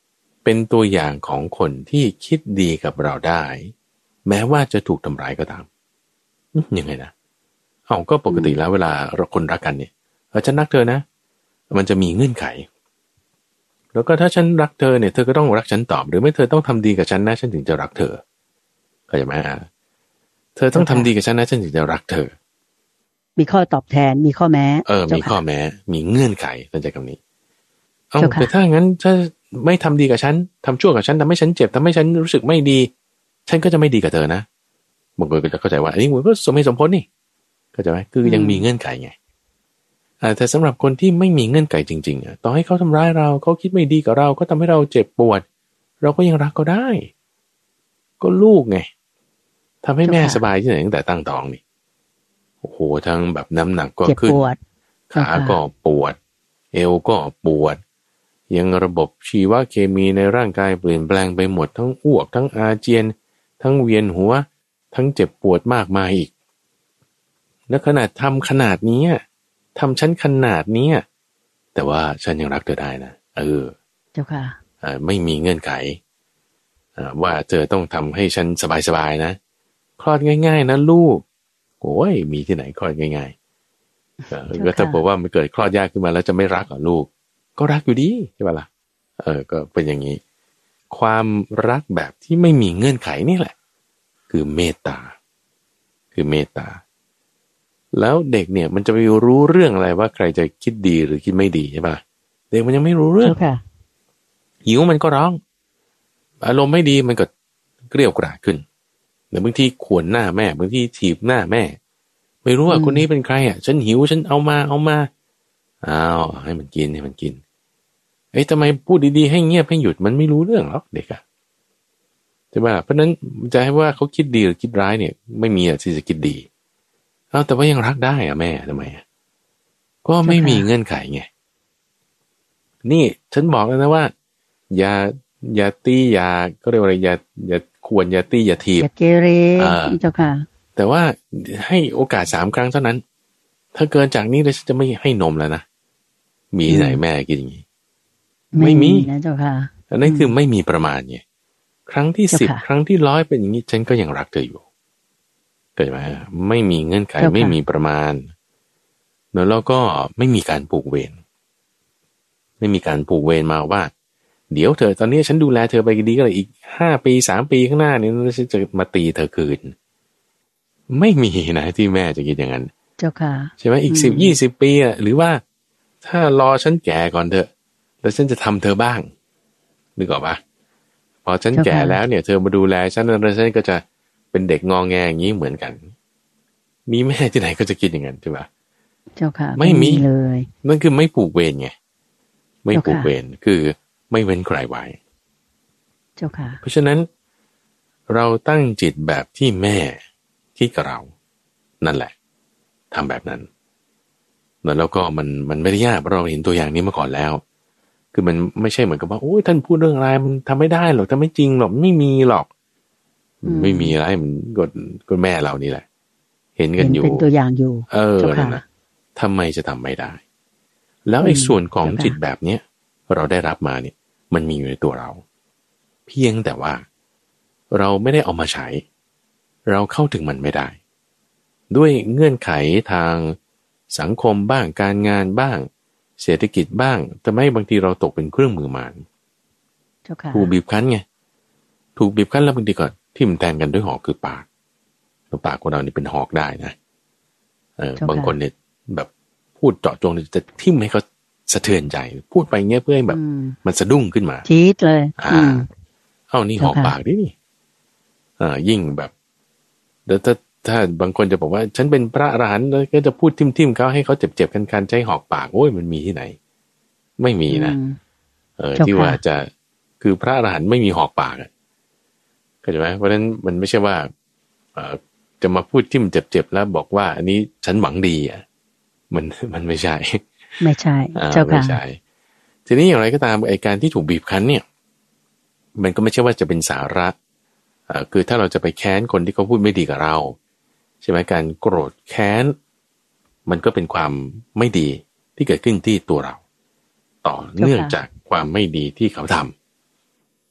เป็นตัวอย่างของคนที่คิดดีกับเราได้แม้ว่าจะถูกทำร้ายก็ตามยังไงนะเอาก็ปกติแล้วเวลาเราคนรักกันเนี่ยฉันรักเธอนะมันจะมีเงื่อนไขแล้วก็ถ้าฉันรักเธอเนี่ยเธอก็ต้องรักฉันตอบหรือไม่เธอต้องทำดีกับฉันนะฉันถึงจะรักเธอเข้าใจไหมเธอต้องทำดีกับฉันนะฉันถึงจะรักเธอมีข้อตอบแทนมีข้อแม้มีข้อแม้มีเงื่อนไขเข้าใจคำนี้แต่ถ้างั้นถ้าไม่ทำดีกับฉันทำชั่วกับฉันทำให้ฉันเจ็บทำให้ฉันรู้สึกไม่ดีฉันก็จะไม่ดีกับเธอนะบางคนก็จะเข้าใจว่าอันนี้มันก็สมเหตุสมผลนี่เข้าใจไหมคือยังมีเงื่อนไขไงแต่สำหรับคนที่ไม่มีเงื่อนไขจริงๆต่อให้เขาทำร้ายเราเขาคิดไม่ดีกับเราก็ทำให้เราเจ็บปวดเราก็ยังรักเขาได้ก็ลูกไงทำให้แม่สบายที่ไหนตั้งแต่ตั้งท้องนี่โอ้โหทั้งแบบน้ำหนักก็ขึ้นขาก็ปวดเอวก็ปวดยังระบบชีวเคมีในร่างกายเปลี่ยนแปลงไปหมดทั้งอ้วกทั้งอาเจียนทั้งเวียนหัวทั้งเจ็บปวดมากมายอีกแล้วขนาดทำขนาดนี้ทำฉันขนาดนี้แต่ว่าฉันยังรักเธอได้นะเจ้าค่ะไม่มีเงื่อนไขว่าเธอต้องทำให้ฉันสบายๆนะคลอดง่ายๆนะลูกโอ้ยมีที่ไหนคลอดง่ายๆก็ถ้าบอกว่ามันเกิดคลอดยากขึ้นมาแล้วจะไม่รักลูกก็รักอยู่ดีใช่ป่ะล่ะก็เป็นอย่างนี้ความรักแบบที่ไม่มีเงื่อนไขนี่แหละคือเมตตาคือเมตตาแล้วเด็กเนี่ยมันจะไปรู้เรื่องอะไรว่าใครจะคิดดีหรือคิดไม่ดีใช่ป่ะเด็กมันยังไม่รู้เรื่องหิวมันก็ร้องอารมณ์ไม่ดีมันก็เกรี้ยวกราดขึ้นหรือบางทีข่วนหน้าแม่บางทีถีบหน้าแม่ไม่รู้ว่าคนนี้เป็นใครฉันหิวฉันเอามาให้มันกินทำไมพูดดีๆให้เงียบให้หยุดมันไม่รู้เรื่องหรอกเด็กใช่ป่ะเพราะนั้นจะให้ว่าเขาคิดดีหรือคิดร้ายเนี่ยไม่มีที่จะคิดดีแต่ว่ายังรักได้แม่ทำไมก็ไม่มีเงื่อนไขไงนี่ฉันบอกแล้วนะว่าอย่าตีอย่าก็เรียกว่าอะไรอย่าควรอย่าตีอย่าทีบอย่าเกเรเจ้าค่ะแต่ว่าให้โอกาส3 ครั้งเท่านั้นถ้าเกินจากนี้เลยฉันจะไม่ให้นมแล้วนะมีไหนแม่กินอย่างนี้ไม่มีนะเจ้าค่ะอันนั้นคือไม่มีประมาณไงครั้งที่10ครั้งที่100เป็นอย่างนี้ฉันก็ยังรักเธออยู่เกิดไหมไม่มีเงื่อนไขไม่มีประมาณแล้วก็ไม่มีการผูกเวรไม่มีการผูกเวรมาว่าเดี๋ยวเธอตอนนี้ฉันดูแลเธอไปดีก็เลยอีก5 ปี3 ปีข้างหน้านี้ฉันจะมาตีเธอคืนไม่มีนะที่แม่จะคิดอย่างนั้นเจ้าค่ะใช่ไหมอีก10-20 ปีหรือว่าถ้ารอฉันแก่ก่อนเถอะแล้วฉันจะทำเธอบ้างนึกออกปะพอฉันแก่แล้วเนี่ยเธอมาดูแลฉันแล้วฉันก็จะเป็นเด็กงอแงอย่างนี้เหมือนกันมีแม่ที่ไหนก็จะคิดอย่างนั้นใช่ปะเจ้าค่ะไม่มีเลยนั่นคือไม่ผูกเวรไงไม่ผูกเวรคือไม่เว้นใครไว้เจ้าค่ะเพราะฉะนั้นเราตั้งจิตแบบที่แม่คิดกับเรานั่นแหละทำแบบนั้นแล้วก็มันไม่ได้ยากเพราะเราเห็นตัวอย่างนี้มาก่อนแล้วคือมันไม่ใช่เหมือนกับว่าโอ้ยท่านพูดเรื่องอะไรมันทำไม่ได้หรอกทำไม่จริงหรอกไม่มีหรอกไม่มีอะไรมันก็แม่เรานี่แหละเห็นกันอยู่เป็นตัวอย่างอยู่นั่นนะทำไมจะทำไม่ได้แล้วไอ้ส่วนของจิตแบบเนี้ยเราได้รับมาเนี่ยมันมีอยู่ในตัวเราเพียงแต่ว่าเราไม่ได้เอามาใช้เราเข้าถึงมันไม่ได้ด้วยเงื่อนไขทางสังคมบ้างการงานบ้างเศรษฐกิจบ้างแต่ไม่บางทีเราตกเป็นเครื่องมือมารถูกบีบคั้นไงถูกบีบคั้นแล้วบางทีก็ทิ่มแทงกันด้วยหอกคือปากแล้วปากของเรานี่เป็นหอกได้นะบางคนเนี่ยแบบพูดเจาะจงจะทิ่มให้เขาสะเทือนใจพูดไปเงี้ยเพื่อให้แบบมันสะดุ้งขึ้นมาจี๊ดเลยนี่หอกปากดินี่ยิ่งแบบเดี๋ยวถ้าบางคนจะบอกว่าฉันเป็นพระอรหันต์แล้วก็จะพูดทิ่มเขาให้เขาเจ็บๆกันๆใช้หอกปากโอ้ยมันมีที่ไหนไม่มีนะที่ว่าจะคือพระอรหันต์ไม่มีหอกปากเข้าใจไหมเพราะฉะนั้นมันไม่ใช่ว่าจะมาพูดทิ่มเจ็บๆแล้วบอกว่าอันนี้ฉันหวังดีมันไม่ใช่ไม่ใช่เจ้าค่ะไม่ใช่ทีนี้อย่างไรก็ตามไอ้การที่ถูกบีบคั้นเนี่ยมันก็ไม่ใช่ว่าจะเป็นสาระคือถ้าเราจะไปแค้นคนที่เขาพูดไม่ดีกับเราใช่ไหมการโกรธแค้นมันก็เป็นความไม่ดีที่เกิดขึ้นที่ตัวเราต่อเนื่องจากความไม่ดีที่เขาท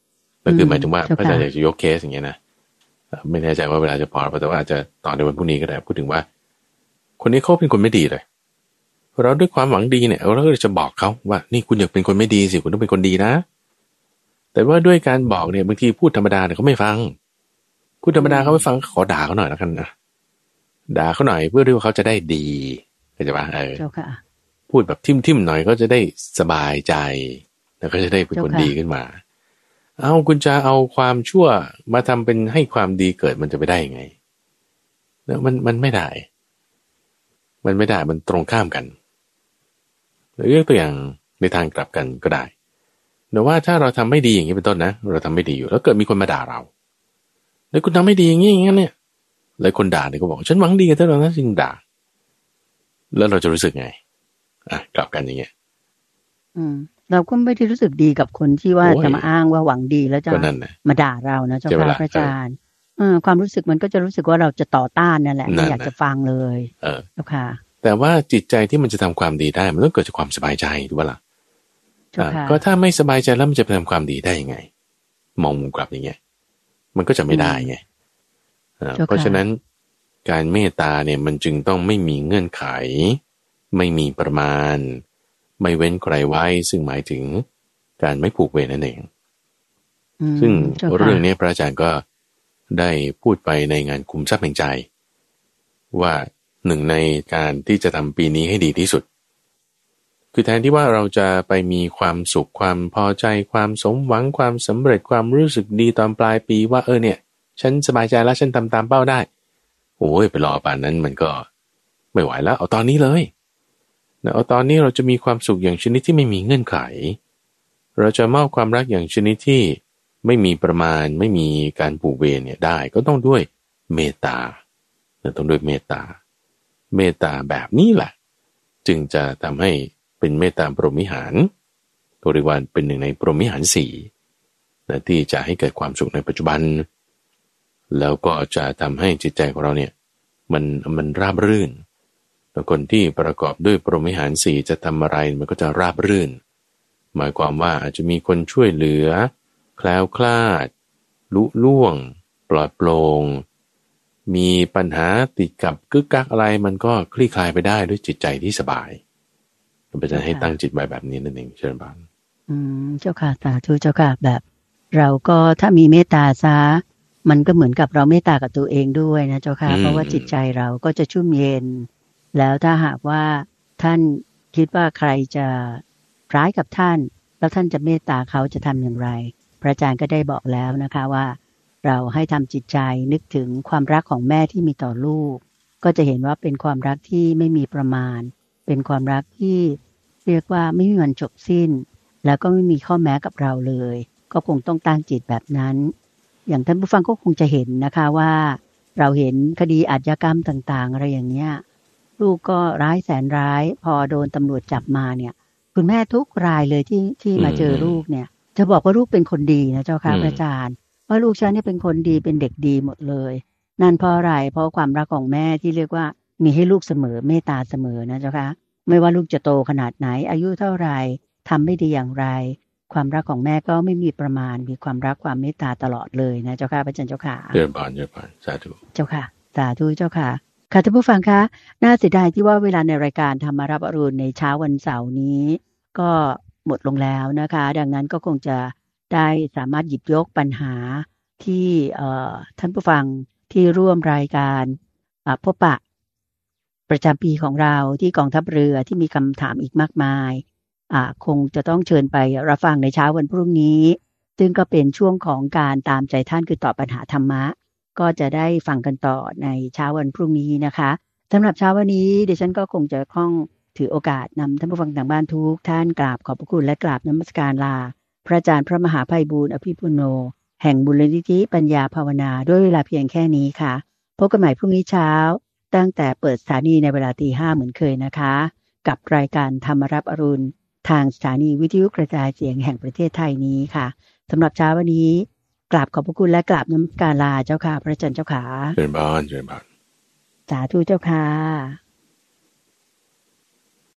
ก็คือหมายถึงว่าพระอาจารย์อยากจะยกเคสอย่างเงี้ยนะไม่แน่ใจว่าเวลาจะพอแต่ว่าอาจจะต่อในวันพรุ่งนี้ก็ได้พูดถึงว่าคนนี้เขาเป็นคนไม่ดีเลยเราด้วยความหวังดีเนี่ยเราก็จะบอกเขาว่านี่คุณอยากเป็นคนไม่ดีสิคุณต้องเป็นคนดีนะแต่ว่าด้วยการบอกเนี่ยบางทีพูดธรรมดาเนี่ยเขาไม่ฟังพูดธรรมดาเขาไม่ฟังขอด่าเขาหน่อยแล้วกันนะด่าเขาหน่อยเพื่อที่ว่าเขาจะได้ดีเข้าใจปะพูดแบบทิ่มหน่อยก็จะได้สบายใจแล้วก็จะได้เป็นคนดีขึ้นมาเอาคุณจะเอาความชั่วมาทำเป็นให้ความดีเกิดมันจะไปได้ยังไงแล้วมันไม่ได้มันไม่ได้มันตรงข้ามกันเรียกตัวอย่างในทางกลับกันก็ได้แต่ว่าถ้าเราทำไม่ดีอย่างนี้เป็นต้นนะเราทำไม่ดีอยู่แล้วเกิดมีคนมาด่าเราแล้วคุณทำไม่ดีอย่างนี้อย่างนั้นเนี่ยแล้วคนด่าเนี่ยก็บอกฉันหวังดีกับเธอแล้วนะจึงด่าแล้วเราจะรู้สึกไงกลับกันอย่างเงี้ยเราก็ไม่ได้รู้สึกดีกับคนที่ว่าจะมาอ้างว่าหวังดีแล้วจะมาด่าเรานะเจ้าค่ะพระอาจารย์ความรู้สึกมันก็จะรู้สึกว่าเราจะต่อต้านนั่นแหละไม่อยากจะฟังเลยเจ้าค่ะแต่ว่าจิตใจที่มันจะทำความดีได้มันต้องเกิดจากความสบายใจถูกป่ะล่ะก็ถ้าไม่สบายใจแล้วมันจะทำความดีได้ยังไงมองมุมกลับอย่างเงี้ยมันก็จะไม่ได้ไงเพราะฉะนั้นการเมตตาเนี่ยมันจึงต้องไม่มีเงื่อนไขไม่มีประมาณไม่เว้นใครไว้ซึ่งหมายถึงการไม่ผูกเวรนั่นเองซึ่งเรื่องนี้พระอาจารย์ก็ได้พูดไปในงานคุมทรัพย์แห่งใจว่าหนึ่งในการที่จะทำปีนี้ให้ดีที่สุดคือแทนที่ว่าเราจะไปมีความสุขความพอใจความสมหวังความสำเร็จความรู้สึกดีตอนปลายปีว่าเนี่ยฉันสบายใจแล้วฉันทำตามเป้าได้โอ้ยไปรอป่านนั้นมันก็ไม่ไหวแล้วเอาตอนนี้เลยเอาตอนนี้เราจะมีความสุขอย่างชนิดที่ไม่มีเงื่อนไขเราจะมอบความรักอย่างชนิดที่ไม่มีประมาณไม่มีการผูกเวรเนี่ยได้ก็ต้องด้วยเมตตาต้องด้วยเมตตาเมตตาแบบนี้แหละจึงจะทำให้เป็นเมตตาพรหมวิหารตัวเรียกว่าเป็นหนึ่งในพรหมวิหารสี่ที่จะให้เกิดความสุขในปัจจุบันแล้วก็จะทำให้จิตใจของเราเนี่ยมันราบรื่นคนที่ประกอบด้วยพรหมวิหารสี่จะทำอะไรมันก็จะราบรื่นหมายความว่าอาจจะมีคนช่วยเหลือแคล้วคลาดลุล่วงปลอดโปร่งมีปัญหาติดกับกึกกักอะไรมันก็คลี่คลายไปได้ด้วยจิตใจที่สบายเป็นจะให้ตั้งจิตไว้แบบนี้นั่นเองเชิญบานเจ้าค่ะสาธุเจ้าค่ะแบบเราก็ถ้ามีเมตตาซะมันก็เหมือนกับเราเมตตากับตัวเองด้วยนะเจ้าค่ะเพราะว่าจิตใจเราก็จะชุ่มเย็นแล้วถ้าหากว่าท่านคิดว่าใครจะร้ายกับท่านแล้วท่านจะเมตตาเขาจะทำอย่างไรพระอาจารย์ก็ได้บอกแล้วนะคะว่าเราให้ทำจิตใจนึกถึงความรักของแม่ที่มีต่อลูกก็จะเห็นว่าเป็นความรักที่ไม่มีประมาณเป็นความรักที่เรียกว่าไม่มีวันจบสิ้นแล้วก็ไม่มีข้อแม้กับเราเลยก็คงต้องตั้งจิตแบบนั้นอย่างท่านผู้ฟังก็คงจะเห็นนะคะว่าเราเห็นคดีอาชญากรรมต่างๆอะไรอย่างเงี้ยลูกก็ร้ายแสนร้ายพอโดนตำรวจจับมาเนี่ยคุณแม่ทุกรายเลยที่มาเจอลูกเนี่ยจะบอกว่าลูกเป็นคนดีนะเจ้าค่ะอาจารย์ว่าลูกฉันเนี่ยเป็นคนดีเป็นเด็กดีหมดเลยนั่นเพราะอะไรเพราะความรักของแม่ที่เรียกว่ามีให้ลูกเสมอเมตตาเสมอนะเจ้าค่ะไม่ว่าลูกจะโตขนาดไหนอายุเท่าไรทำไม่ดีอย่างไรความรักของแม่ก็ไม่มีประมาณมีความรักความเมตตาตลอดเลยนะเจ้าค่ะพระอาจารย์เจ้าค่ะเดินผ่านสาธุเจ้าค่ะสาธุเจ้าค่ะค่ะท่านผู้ฟังคะน่าเสียดายที่ว่าเวลาในรายการธรรมารับอรุณในเช้าวันเสาร์นี้ก็หมดลงแล้วนะคะดังนั้นก็คงจะได้สามารถหยิบยกปัญหาที่ท่านผู้ฟังที่ร่วมรายการพบปะประจำปีของเราที่กองทัพเรือที่มีคำถามอีกมากมายคงจะต้องเชิญไปรับฟังในเช้าวันพรุ่งนี้ซึ่งก็เป็นช่วงของการตามใจท่านคือตอบปัญหาธรรมะก็จะได้ฟังกันต่อในเช้าวันพรุ่งนี้นะคะสำหรับเช้าวันนี้ดิฉันก็คงจะคล่องถือโอกาสนำท่านผู้ฟังทางบ้านทุกท่านกราบขอบพระคุณและกราบนมัสการลาพระอาจารย์พระมหาไพบูลย์อภิปุโนแห่งมูลนิธิปัญญาภาวนาด้วยเวลาเพียงแค่นี้ค่ะพบกันใหม่พรุ่งนี้เช้าตั้งแต่เปิดสถานีในเวลา 5:00 เหมือนเคยนะคะกับรายการธรรมรับอรุณทางสถานีวิทยุกระจายเสียงแห่งประเทศไทยนี้ค่ะสำหรับเช้าวันนี้กราบขอบพระคุณและกราบนมัสการลาเจ้าค่ะพระอาจารย์เจ้าค่ะเชิญบานสาธุเจ้าค่ะ